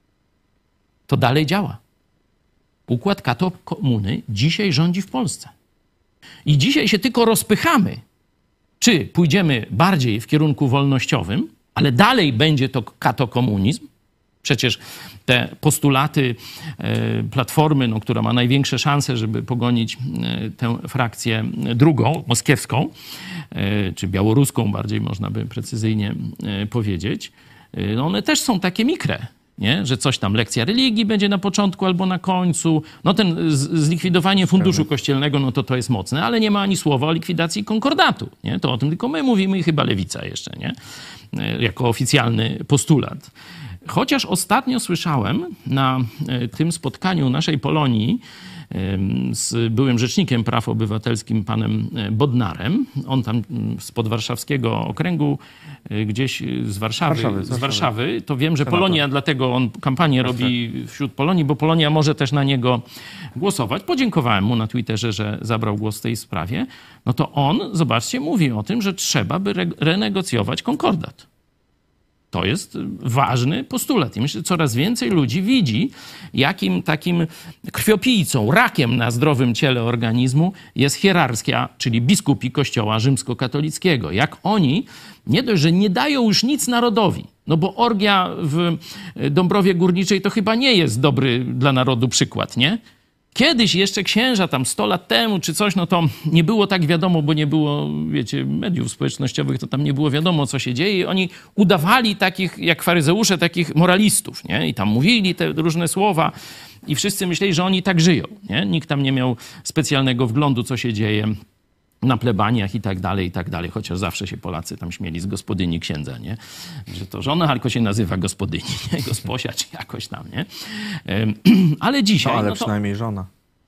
To dalej działa. Układ kato-komuny dzisiaj rządzi w Polsce. I dzisiaj się tylko rozpychamy, czy pójdziemy bardziej w kierunku wolnościowym, ale dalej będzie to katokomunizm. Przecież te postulaty Platformy, która ma największe szanse, żeby pogonić tę frakcję drugą, moskiewską, czy białoruską bardziej można by precyzyjnie powiedzieć, one też są takie mikre. Nie? Że coś tam, lekcja religii będzie na początku albo na końcu. No ten zlikwidowanie funduszu kościelnego, no to jest mocne, ale nie ma ani słowa o likwidacji konkordatu. Nie? To o tym tylko my mówimy i chyba Lewica jeszcze, nie? Jako oficjalny postulat. Chociaż ostatnio słyszałem na tym spotkaniu naszej Polonii z byłym rzecznikiem praw obywatelskich panem Bodnarem. On tam z podwarszawskiego okręgu, gdzieś z Warszawy. To wiem, że Polonia, dlatego on kampanię robi wśród Polonii, bo Polonia może też na niego głosować. Podziękowałem mu na Twitterze, że zabrał głos w tej sprawie. No to on, zobaczcie, mówi o tym, że trzeba by renegocjować konkordat. To jest ważny postulat. I myślę, że coraz więcej ludzi widzi, jakim takim krwiopijcą, rakiem na zdrowym ciele organizmu jest hierarchia, czyli biskupi Kościoła rzymskokatolickiego. Jak oni nie dość, że nie dają już nic narodowi, no bo orgia w Dąbrowie Górniczej to chyba nie jest dobry dla narodu przykład, nie? Kiedyś jeszcze księża, tam 100 lat temu czy coś, no to nie było tak wiadomo, bo nie było, wiecie, mediów społecznościowych, to tam nie było wiadomo, co się dzieje. I oni udawali takich, jak faryzeusze, takich moralistów, nie? I tam mówili te różne słowa i wszyscy myśleli, że oni tak żyją, nie? Nikt tam nie miał specjalnego wglądu, co się dzieje na plebaniach i tak dalej, chociaż zawsze się Polacy tam śmieli z gospodyni księdza, nie? Że to żona tylko się nazywa gospodyni, nie? Gosposia czy jakoś tam, nie? Ale dzisiaj... No, ale przynajmniej żona.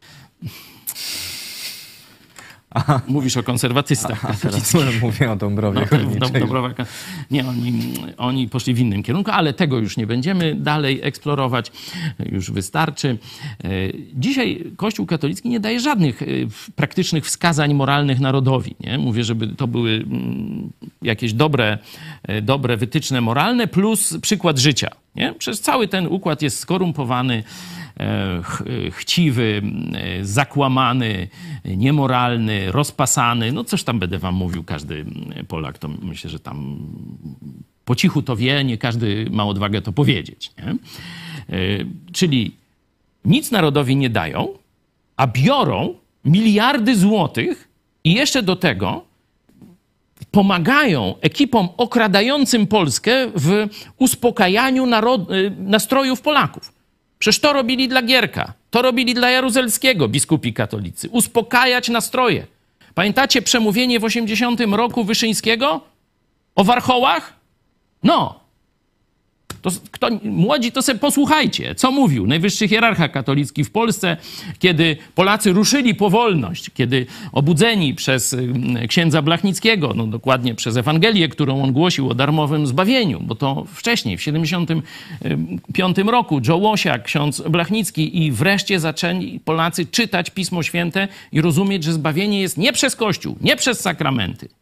Mówisz o konserwatystach. Teraz mówię o Dąbrowie Górniczej. Nie, oni poszli w innym kierunku, ale tego już nie będziemy dalej eksplorować. Już wystarczy. Dzisiaj Kościół katolicki nie daje żadnych praktycznych wskazań moralnych narodowi. Nie? Mówię, żeby to były jakieś dobre wytyczne moralne plus przykład życia. Nie? Przez cały ten układ jest skorumpowany, chciwy, zakłamany, niemoralny, rozpasany. No coś tam będę wam mówił, każdy Polak to myślę, że tam po cichu to wie, nie każdy ma odwagę to powiedzieć. Nie? Czyli nic narodowi nie dają, a biorą miliardy złotych i jeszcze do tego pomagają ekipom okradającym Polskę w uspokajaniu nastrojów Polaków. Przecież to robili dla Gierka, to robili dla Jaruzelskiego biskupi katolicy. Uspokajać nastroje. Pamiętacie przemówienie w 80 roku Wyszyńskiego o warchołach? No. Młodzi to sobie posłuchajcie, co mówił najwyższy hierarcha katolicki w Polsce, kiedy Polacy ruszyli po wolność, kiedy obudzeni przez księdza Blachnickiego, no dokładnie przez Ewangelię, którą on głosił o darmowym zbawieniu, bo to wcześniej, w 75 roku, Joe Łosiak, ksiądz Blachnicki i wreszcie zaczęli Polacy czytać Pismo Święte i rozumieć, że zbawienie jest nie przez Kościół, nie przez sakramenty,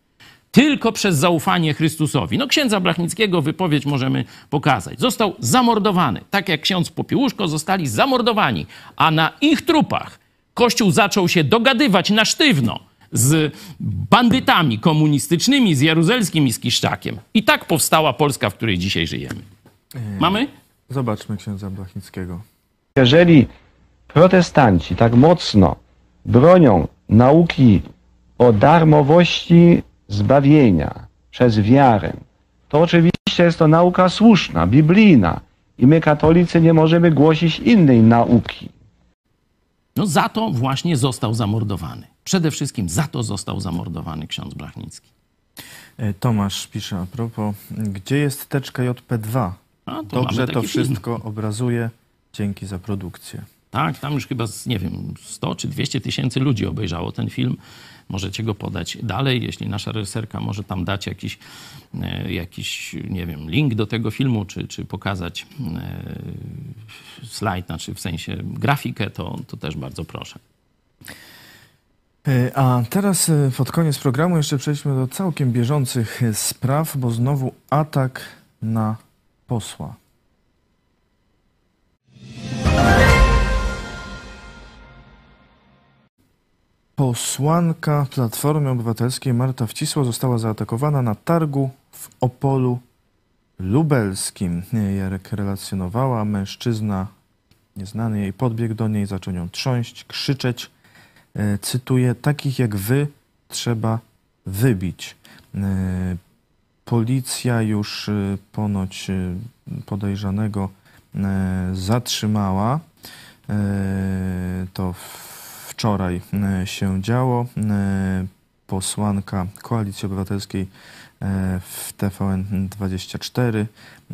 Tylko przez zaufanie Chrystusowi. No księdza Blachnickiego wypowiedź możemy pokazać. Został zamordowany. Tak jak ksiądz Popiełuszko zostali zamordowani. A na ich trupach Kościół zaczął się dogadywać na sztywno z bandytami komunistycznymi, z Jaruzelskim i z Kiszczakiem. I tak powstała Polska, w której dzisiaj żyjemy. Mamy? Zobaczmy księdza Blachnickiego. Jeżeli protestanci tak mocno bronią nauki o darmowości zbawienia przez wiarę, to oczywiście jest to nauka słuszna, biblijna i my katolicy nie możemy głosić innej nauki. No za to właśnie został zamordowany. Przede wszystkim za to został zamordowany ksiądz Blachnicki. Tomasz pisze a propos, gdzie jest teczka JP2? A, to Dobrze mamy to taki wszystko obrazuje. Dzięki za produkcję. Tak, tam już chyba, nie wiem, 100 czy 200 tysięcy ludzi obejrzało ten film. Możecie go podać dalej, jeśli nasza reżyserka może tam dać jakiś, nie wiem, link do tego filmu, czy pokazać slajd, znaczy w sensie grafikę, to też bardzo proszę. A teraz pod koniec programu jeszcze przejdźmy do całkiem bieżących spraw, bo znowu atak na posła. Posłanka Platformy Obywatelskiej Marta Wcisło została zaatakowana na targu w Opolu Lubelskim. Jak relacjonowała, mężczyzna nieznany jej podbiegł do niej, zaczął ją trząść, krzyczeć. Cytuję, takich jak wy trzeba wybić. Policja już ponoć podejrzanego zatrzymała. To wczoraj się działo. Posłanka Koalicji Obywatelskiej w TVN24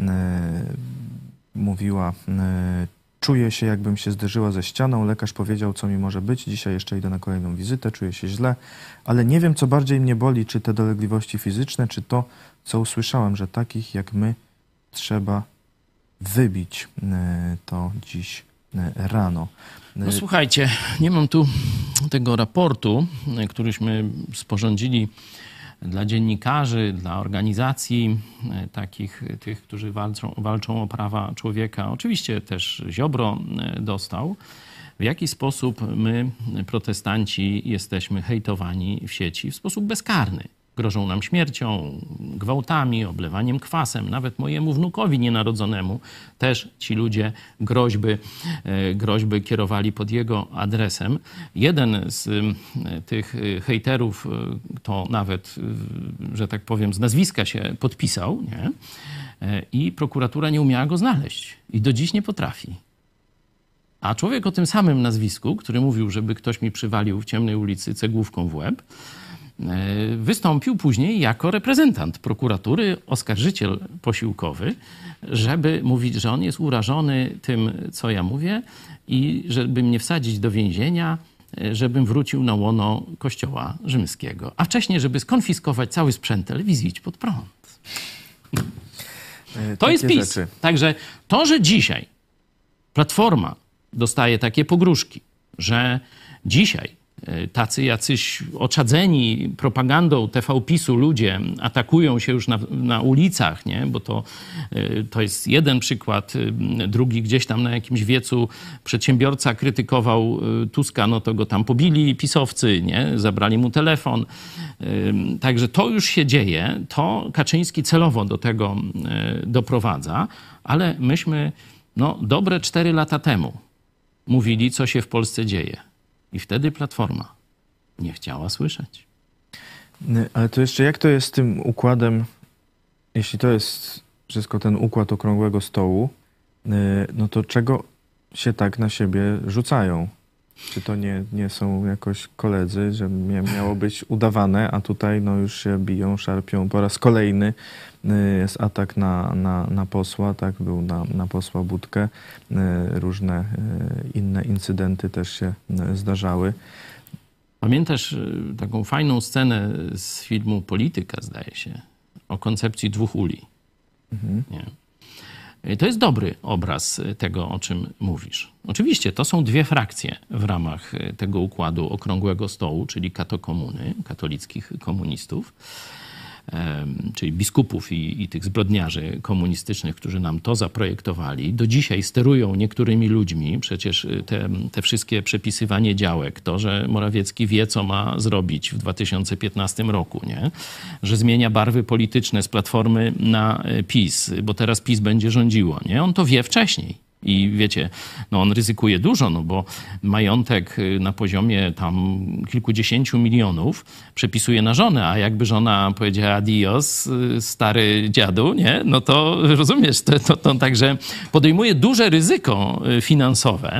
mówiła, czuję się, jakbym się zderzyła ze ścianą. Lekarz powiedział, co mi może być. Dzisiaj jeszcze idę na kolejną wizytę. Czuję się źle, ale nie wiem, co bardziej mnie boli, czy te dolegliwości fizyczne, czy to, co usłyszałam, że takich jak my trzeba wybić. To dziś rano. No słuchajcie, nie mam tu tego raportu, któryśmy sporządzili dla dziennikarzy, dla organizacji takich, tych, którzy walczą o prawa człowieka. Oczywiście też Ziobro dostał. W jaki sposób my, protestanci, jesteśmy hejtowani w sieci w sposób bezkarny. Grożą nam śmiercią, gwałtami, oblewaniem kwasem. Nawet mojemu wnukowi nienarodzonemu też ci ludzie groźby kierowali pod jego adresem. Jeden z tych hejterów to nawet, że tak powiem, z nazwiska się podpisał, nie? I prokuratura nie umiała go znaleźć. I do dziś nie potrafi. A człowiek o tym samym nazwisku, który mówił, żeby ktoś mi przywalił w ciemnej ulicy cegłówką w łeb, wystąpił później jako reprezentant prokuratury, oskarżyciel posiłkowy, żeby mówić, że on jest urażony tym, co ja mówię i żeby mnie wsadzić do więzienia, żebym wrócił na łono Kościoła Rzymskiego. A wcześniej, żeby skonfiskować cały sprzęt telewizji, idź pod prąd. To jest PiS. Rzeczy. Także to, że dzisiaj Platforma dostaje takie pogróżki, że dzisiaj tacy jacyś oczadzeni propagandą TV PiS-u ludzie atakują się już na ulicach, nie? Bo to jest jeden przykład. Drugi gdzieś tam na jakimś wiecu przedsiębiorca krytykował Tuska, no to go tam pobili pisowcy, nie? Zabrali mu telefon. Także to już się dzieje. To Kaczyński celowo do tego doprowadza, ale myśmy dobre 4 lata temu mówili, co się w Polsce dzieje. I wtedy Platforma nie chciała słyszeć. Ale to jeszcze jak to jest z tym układem, jeśli to jest wszystko ten układ okrągłego stołu, no to czego się tak na siebie rzucają? Czy to nie są jakoś koledzy, że miało być udawane, a tutaj już się biją, szarpią po raz kolejny. Jest atak na posła, tak, był na posła Budkę. Różne inne incydenty też się zdarzały. Pamiętasz taką fajną scenę z filmu Polityka, zdaje się, o koncepcji 2 uli? Mhm. Nie. To jest dobry obraz tego, o czym mówisz. Oczywiście to są 2 frakcje w ramach tego układu okrągłego stołu, czyli katokomuny, katolickich komunistów. czyli biskupów i tych zbrodniarzy komunistycznych, którzy nam to zaprojektowali, do dzisiaj sterują niektórymi ludźmi. Przecież te wszystkie przepisywanie działek, to, że Morawiecki wie, co ma zrobić w 2015 roku, nie? Że zmienia barwy polityczne z Platformy na PiS, bo teraz PiS będzie rządziło. Nie? On to wie wcześniej. I wiecie, no on ryzykuje dużo, no bo majątek na poziomie tam kilkudziesięciu milionów przepisuje na żonę, a jakby żona powiedziała adios, stary dziadu, nie? No to rozumiesz, to także podejmuje duże ryzyko finansowe.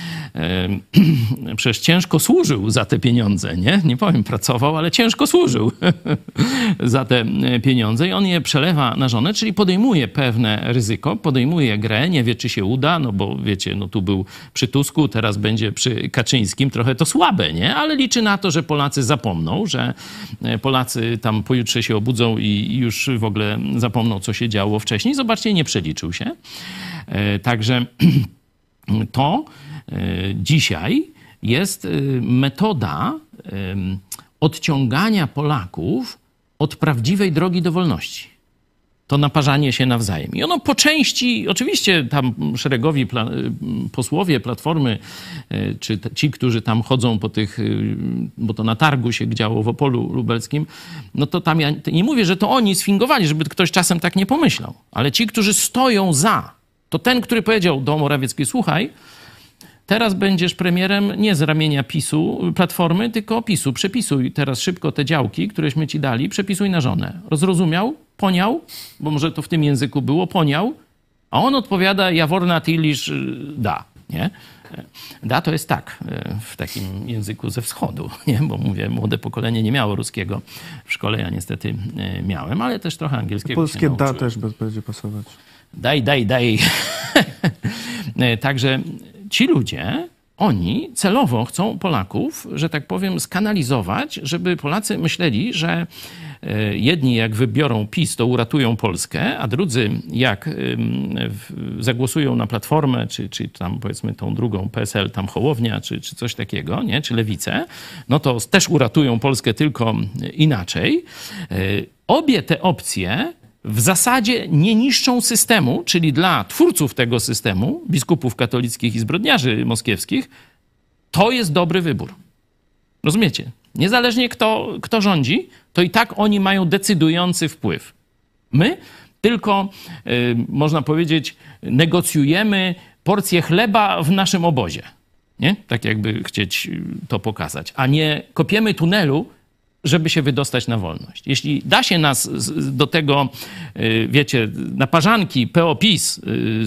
Przecież ciężko służył za te pieniądze, nie? Nie powiem pracował, ale ciężko służył za te pieniądze i on je przelewa na żonę, czyli podejmuje pewne ryzyko, podejmuje grę, nie wie, czy się uda, no bo wiecie, no tu był przy Tusku, teraz będzie przy Kaczyńskim, trochę to słabe, nie? Ale liczy na to, że Polacy zapomną, że Polacy tam pojutrze się obudzą i już w ogóle zapomną, co się działo wcześniej. Zobaczcie, nie przeliczył się. Także to dzisiaj jest metoda odciągania Polaków od prawdziwej drogi do wolności. To naparzanie się nawzajem. I ono po części, oczywiście tam szeregowi posłowie Platformy, czy ci, którzy tam chodzą po tych, bo to na targu się działo w Opolu Lubelskim, no to tam ja nie mówię, że to oni sfingowali, żeby ktoś czasem tak nie pomyślał. Ale ci, którzy stoją za, to ten, który powiedział do Morawieckiej, słuchaj, teraz będziesz premierem nie z ramienia PiS-u, Platformy, tylko PiS-u. Przepisuj teraz szybko te działki, któreśmy ci dali, przepisuj na żonę. Rozrozumiał? Poniał? Bo może to w tym języku było, poniał? A on odpowiada, jaworna tilisz da, nie? Da to jest tak, w takim języku ze wschodu, nie? Bo mówię, młode pokolenie nie miało ruskiego w szkole, ja niestety miałem, ale też trochę angielskiego. Polskie da też będzie pasować. Daj. Także ci ludzie, oni celowo chcą Polaków, że tak powiem, skanalizować, żeby Polacy myśleli, że jedni jak wybiorą PiS, to uratują Polskę, a drudzy jak zagłosują na Platformę, czy tam powiedzmy tą drugą PSL, tam Hołownia, czy coś takiego, nie? Czy Lewicę, no to też uratują Polskę, tylko inaczej. Obie te opcje w zasadzie nie niszczą systemu, czyli dla twórców tego systemu, biskupów katolickich i zbrodniarzy moskiewskich, to jest dobry wybór. Rozumiecie? Niezależnie kto rządzi, to i tak oni mają decydujący wpływ. My tylko, można powiedzieć, negocjujemy porcję chleba w naszym obozie. Nie? Tak jakby chcieć to pokazać. A nie kopiemy tunelu, żeby się wydostać na wolność. Jeśli da się nas do tego, wiecie, naparzanki PO-PiS,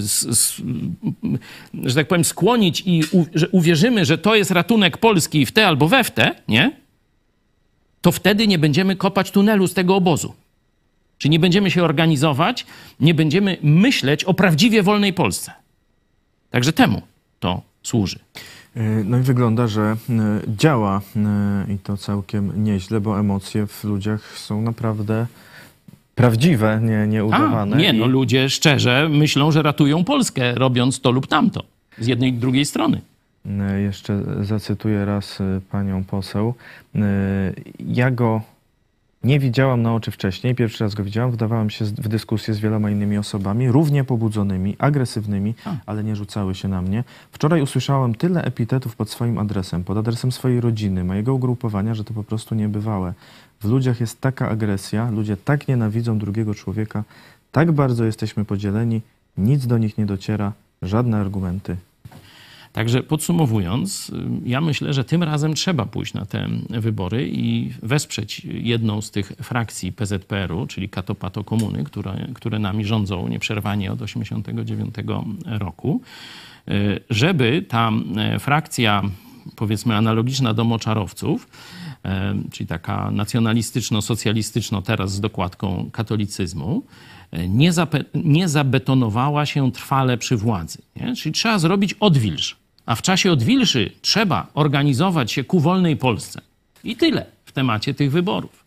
że tak powiem, skłonić i że uwierzymy, że to jest ratunek Polski w te albo we w te, nie? To wtedy nie będziemy kopać tunelu z tego obozu. Czyli nie będziemy się organizować, nie będziemy myśleć o prawdziwie wolnej Polsce. Także temu to służy. No i wygląda, że działa i to całkiem nieźle, bo emocje w ludziach są naprawdę prawdziwe, nie udawane. No ludzie szczerze myślą, że ratują Polskę, robiąc to lub tamto. Z jednej i drugiej strony. Jeszcze zacytuję raz panią poseł. Ja go nie widziałam na oczy wcześniej, pierwszy raz go widziałam, wdawałam się w dyskusję z wieloma innymi osobami, równie pobudzonymi, agresywnymi, ale nie rzucały się na mnie. Wczoraj usłyszałam tyle epitetów pod swoim adresem, pod adresem swojej rodziny, mojego ugrupowania, że to po prostu niebywałe. W ludziach jest taka agresja, ludzie tak nienawidzą drugiego człowieka, tak bardzo jesteśmy podzieleni, nic do nich nie dociera, żadne argumenty. Także podsumowując, ja myślę, że tym razem trzeba pójść na te wybory i wesprzeć jedną z tych frakcji PZPR-u, czyli Kato-Pato Komuny, które nami rządzą nieprzerwanie od 1989 roku, żeby ta frakcja, powiedzmy, analogiczna do moczarowców, czyli taka nacjonalistyczno-socjalistyczno teraz z dokładką katolicyzmu, nie zabetonowała się trwale przy władzy. Nie? Czyli trzeba zrobić odwilż. A w czasie odwilży trzeba organizować się ku wolnej Polsce. I tyle w temacie tych wyborów.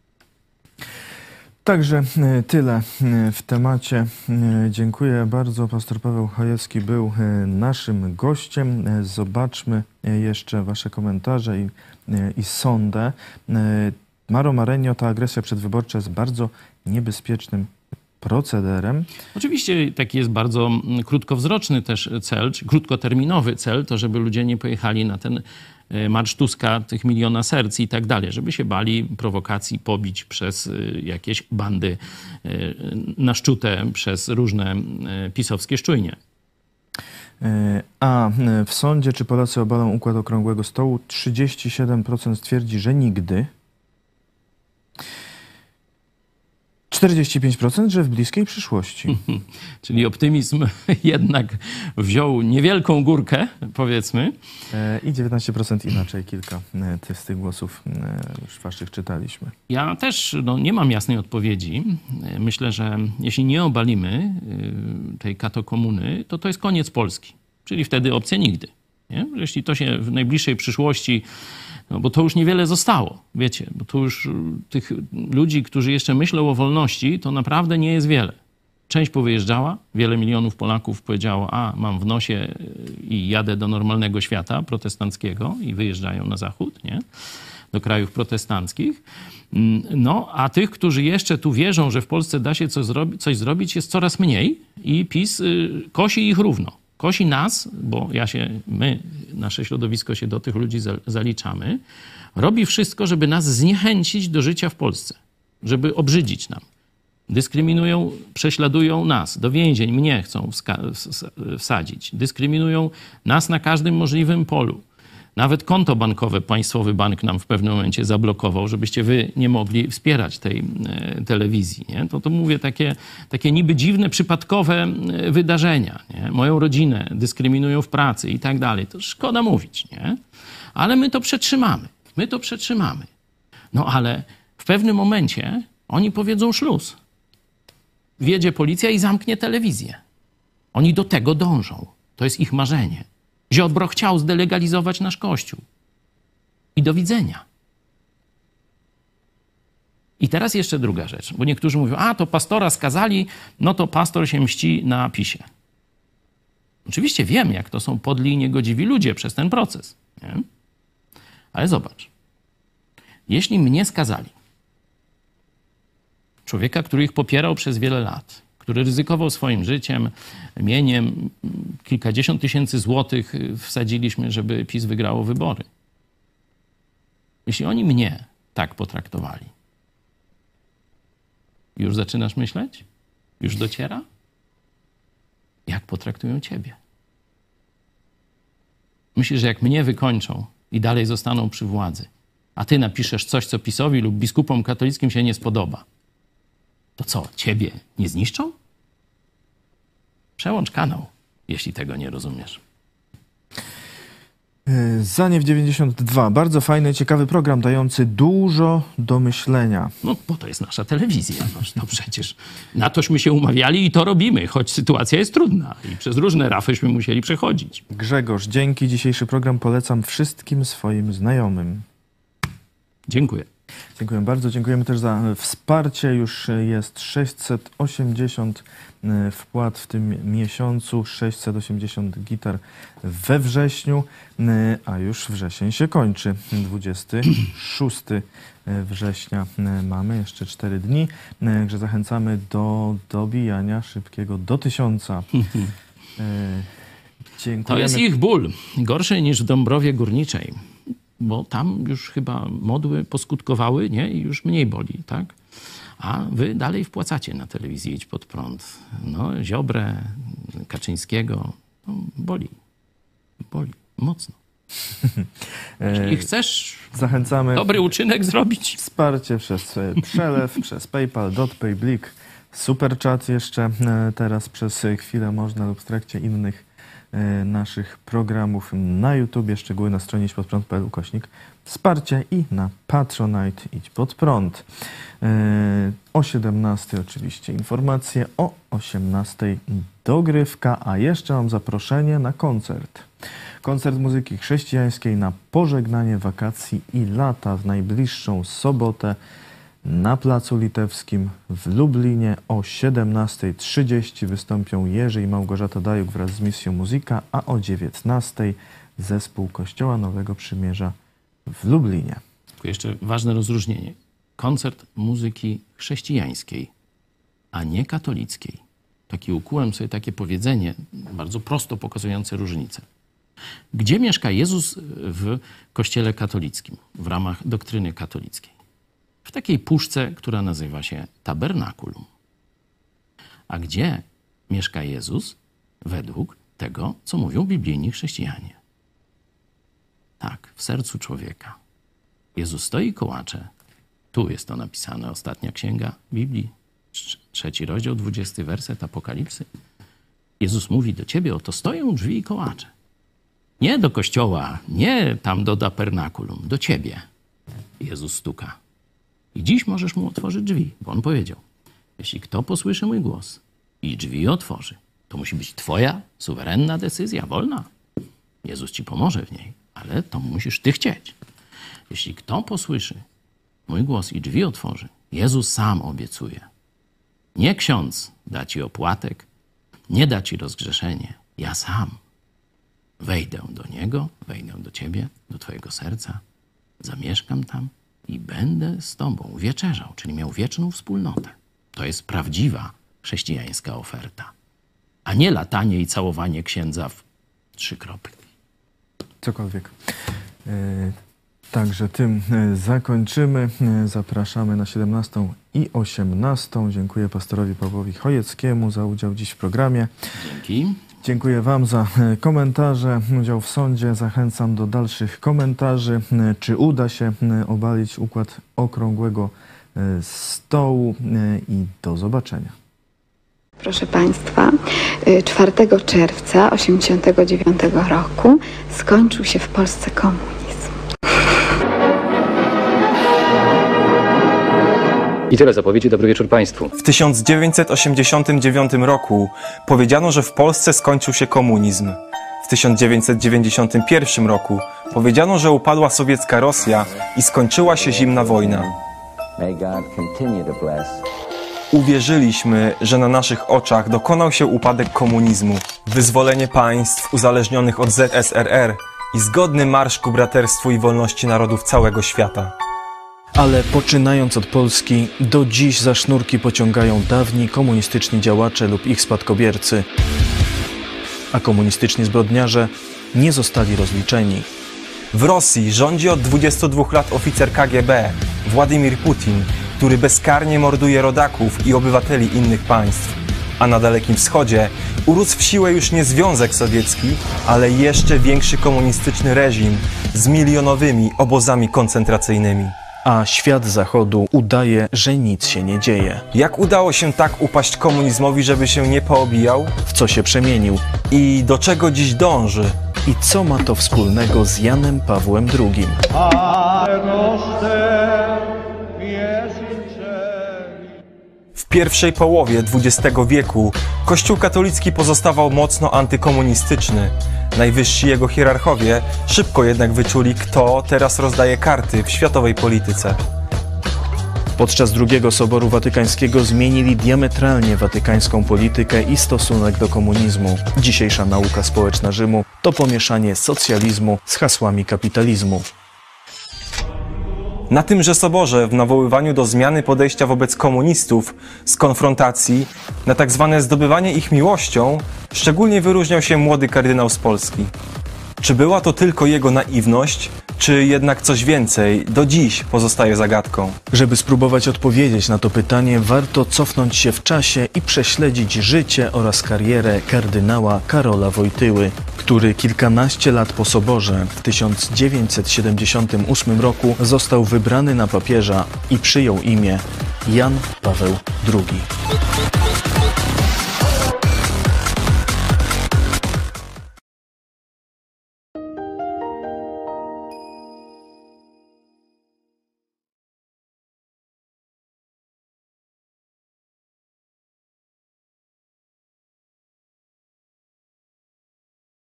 Także tyle w temacie. Dziękuję bardzo. Pastor Paweł Chojecki był naszym gościem. Zobaczmy jeszcze wasze komentarze i sondę. Maro Marenio, ta agresja przedwyborcza jest bardzo niebezpiecznym procederem. Oczywiście taki jest bardzo krótkowzroczny też cel, czy krótkoterminowy cel, to żeby ludzie nie pojechali na ten marsz Tuska, tych 1 miliona serc i tak dalej, żeby się bali prowokacji, pobić przez jakieś bandy naszczute przez różne pisowskie szczujnie. A w sądzie, czy Polacy obalą układ okrągłego stołu, 37% twierdzi, że nigdy. 45%, że w bliskiej przyszłości. Czyli optymizm jednak wziął niewielką górkę, powiedzmy. I 19% inaczej, kilka z tych głosów już waszych czytaliśmy. Ja też nie mam jasnej odpowiedzi. Myślę, że jeśli nie obalimy tej katokomuny, to jest koniec Polski. Czyli wtedy opcja nigdy. Nie? Jeśli to się w najbliższej przyszłości, bo to już niewiele zostało, wiecie, bo tu już tych ludzi, którzy jeszcze myślą o wolności, to naprawdę nie jest wiele. Część powyjeżdżała, wiele milionów Polaków powiedziało, mam w nosie i jadę do normalnego świata protestanckiego i wyjeżdżają na zachód, nie? Do krajów protestanckich. No, a tych, którzy jeszcze tu wierzą, że w Polsce da się coś zrobić, jest coraz mniej i PiS kosi ich równo. Kosi nas, bo nasze środowisko się do tych ludzi zaliczamy, robi wszystko, żeby nas zniechęcić do życia w Polsce, żeby obrzydzić nam. Dyskryminują, prześladują nas, do więzień mnie chcą wsadzić. Dyskryminują nas na każdym możliwym polu. Nawet konto bankowe, Państwowy Bank nam w pewnym momencie zablokował, żebyście wy nie mogli wspierać tej telewizji. Nie? To mówię takie niby dziwne, przypadkowe wydarzenia. Nie? Moją rodzinę dyskryminują w pracy i tak dalej. To szkoda mówić, nie? Ale my to przetrzymamy. No ale w pewnym momencie oni powiedzą szluz. Wjedzie policja i zamknie telewizję. Oni do tego dążą. To jest ich marzenie. Ziobro chciał zdelegalizować nasz Kościół. I do widzenia. I teraz jeszcze druga rzecz, bo niektórzy mówią, to pastora skazali, no to pastor się mści na PiS-ie. Oczywiście wiem, jak to są podli i niegodziwi ludzie przez ten proces. Nie? Ale zobacz. Jeśli mnie skazali, człowieka, który ich popierał przez wiele lat, który ryzykował swoim życiem, mieniem, kilkadziesiąt tysięcy złotych wsadziliśmy, żeby PiS wygrało wybory. Jeśli oni mnie tak potraktowali, już zaczynasz myśleć? Już dociera? Jak potraktują ciebie? Myślisz, że jak mnie wykończą i dalej zostaną przy władzy, a ty napiszesz coś, co PiS-owi lub biskupom katolickim się nie spodoba, to co, ciebie nie zniszczą? Przełącz kanał, jeśli tego nie rozumiesz. Zaniew 92. Bardzo fajny, ciekawy program, dający dużo do myślenia. No, bo to jest nasza telewizja. No przecież na tośmy się umawiali i to robimy, choć sytuacja jest trudna i przez różne rafyśmy musieli przechodzić. Grzegorz, dzięki. Dzisiejszy program polecam wszystkim swoim znajomym. Dziękuję. Dziękuję bardzo. Dziękujemy też za wsparcie. Już jest 680 wpłat w tym miesiącu, 680 gitar we wrześniu, a już wrzesień się kończy. 26 września mamy, jeszcze 4 dni. Także zachęcamy do dobijania szybkiego do 1000. Dziękujemy. To jest ich ból. Gorszy niż w Dąbrowie Górniczej. Bo tam już chyba modły poskutkowały, nie? I już mniej boli, tak? A wy dalej wpłacacie na telewizję Idź Pod Prąd. No, Ziobrę, Kaczyńskiego, no, boli. Boli. Mocno. Jeśli chcesz zachęcamy dobry uczynek zrobić. Wsparcie przez przelew, przez PayPal, DotPay, Blik, Superchat jeszcze teraz przez chwilę można lub w trakcie innych naszych programów na YouTubie, szczegóły na stronie idźpodprąd.pl/wsparcie i na Patronite Idź Pod Prąd. O 17 oczywiście informacje, o 18 dogrywka, a jeszcze mam zaproszenie na koncert. Koncert muzyki chrześcijańskiej na pożegnanie wakacji i lata w najbliższą sobotę na Placu Litewskim w Lublinie o 17:30 wystąpią Jerzy i Małgorzata Dajuk wraz z Misją Muzyka, a o 19:00 zespół Kościoła Nowego Przymierza w Lublinie. Tylko jeszcze ważne rozróżnienie. koncert muzyki chrześcijańskiej, a nie katolickiej. Taki ukułem sobie takie powiedzenie, bardzo prosto pokazujące różnicę. Gdzie mieszka Jezus w Kościele katolickim, w ramach doktryny katolickiej? W takiej puszce, która nazywa się tabernakulum. A gdzie mieszka Jezus według tego, co mówią biblijni chrześcijanie? Tak, w sercu człowieka. Jezus stoi i kołacze. Tu jest to napisane, ostatnia księga Biblii, 3 rozdział, 20 werset Apokalipsy. Jezus mówi do ciebie, oto stoją drzwi i kołacze. Nie do kościoła, nie tam do tabernakulum, do ciebie. Jezus stuka. I dziś możesz mu otworzyć drzwi, bo on powiedział, jeśli kto posłyszy mój głos i drzwi otworzy, to musi być twoja suwerenna decyzja, wolna. Jezus ci pomoże w niej, ale to musisz ty chcieć. Jeśli kto posłyszy mój głos i drzwi otworzy, Jezus sam obiecuje. Nie ksiądz da ci opłatek, nie da ci rozgrzeszenie. Ja sam wejdę do Niego, wejdę do ciebie, do twojego serca, zamieszkam tam i będę z tobą wieczerzał, czyli miał wieczną wspólnotę. To jest prawdziwa chrześcijańska oferta, a nie latanie i całowanie księdza w 3 kropki. Cokolwiek. Także tym zakończymy. Zapraszamy na 17 i 18. Dziękuję pastorowi Pawłowi Chojeckiemu za udział dziś w programie. Dzięki. Dziękuję wam za komentarze, udział w sądzie. Zachęcam do dalszych komentarzy. Czy uda się obalić układ okrągłego stołu? I do zobaczenia. Proszę Państwa, 4 czerwca 1989 roku skończył się w Polsce komunizm. I tyle zapowiedzi. Dobry wieczór Państwu. W 1989 roku powiedziano, że w Polsce skończył się komunizm. W 1991 roku powiedziano, że upadła sowiecka Rosja i skończyła się zimna wojna. Uwierzyliśmy, że na naszych oczach dokonał się upadek komunizmu, wyzwolenie państw uzależnionych od ZSRR i zgodny marsz ku braterstwu i wolności narodów całego świata. Ale poczynając od Polski, do dziś za sznurki pociągają dawni komunistyczni działacze lub ich spadkobiercy. A komunistyczni zbrodniarze nie zostali rozliczeni. W Rosji rządzi od 22 lat oficer KGB, Władimir Putin, który bezkarnie morduje rodaków i obywateli innych państw. A na Dalekim Wschodzie urósł w siłę już nie Związek Sowiecki, ale jeszcze większy komunistyczny reżim z milionowymi obozami koncentracyjnymi. A świat Zachodu udaje, że nic się nie dzieje. Jak udało się tak upaść komunizmowi, żeby się nie poobijał? W co się przemienił? I do czego dziś dąży? I co ma to wspólnego z Janem Pawłem II? W pierwszej połowie XX wieku Kościół katolicki pozostawał mocno antykomunistyczny. Najwyżsi jego hierarchowie szybko jednak wyczuli, kto teraz rozdaje karty w światowej polityce. Podczas II Soboru Watykańskiego zmienili diametralnie watykańską politykę i stosunek do komunizmu. Dzisiejsza nauka społeczna Rzymu to pomieszanie socjalizmu z hasłami kapitalizmu. Na tymże soborze, w nawoływaniu do zmiany podejścia wobec komunistów, z konfrontacji, na tak zwane zdobywanie ich miłością, szczególnie wyróżniał się młody kardynał z Polski. Czy była to tylko jego naiwność, czy jednak coś więcej, do dziś pozostaje zagadką. Żeby spróbować odpowiedzieć na to pytanie, warto cofnąć się w czasie i prześledzić życie oraz karierę kardynała Karola Wojtyły, który kilkanaście lat po soborze w 1978 roku został wybrany na papieża i przyjął imię Jan Paweł II.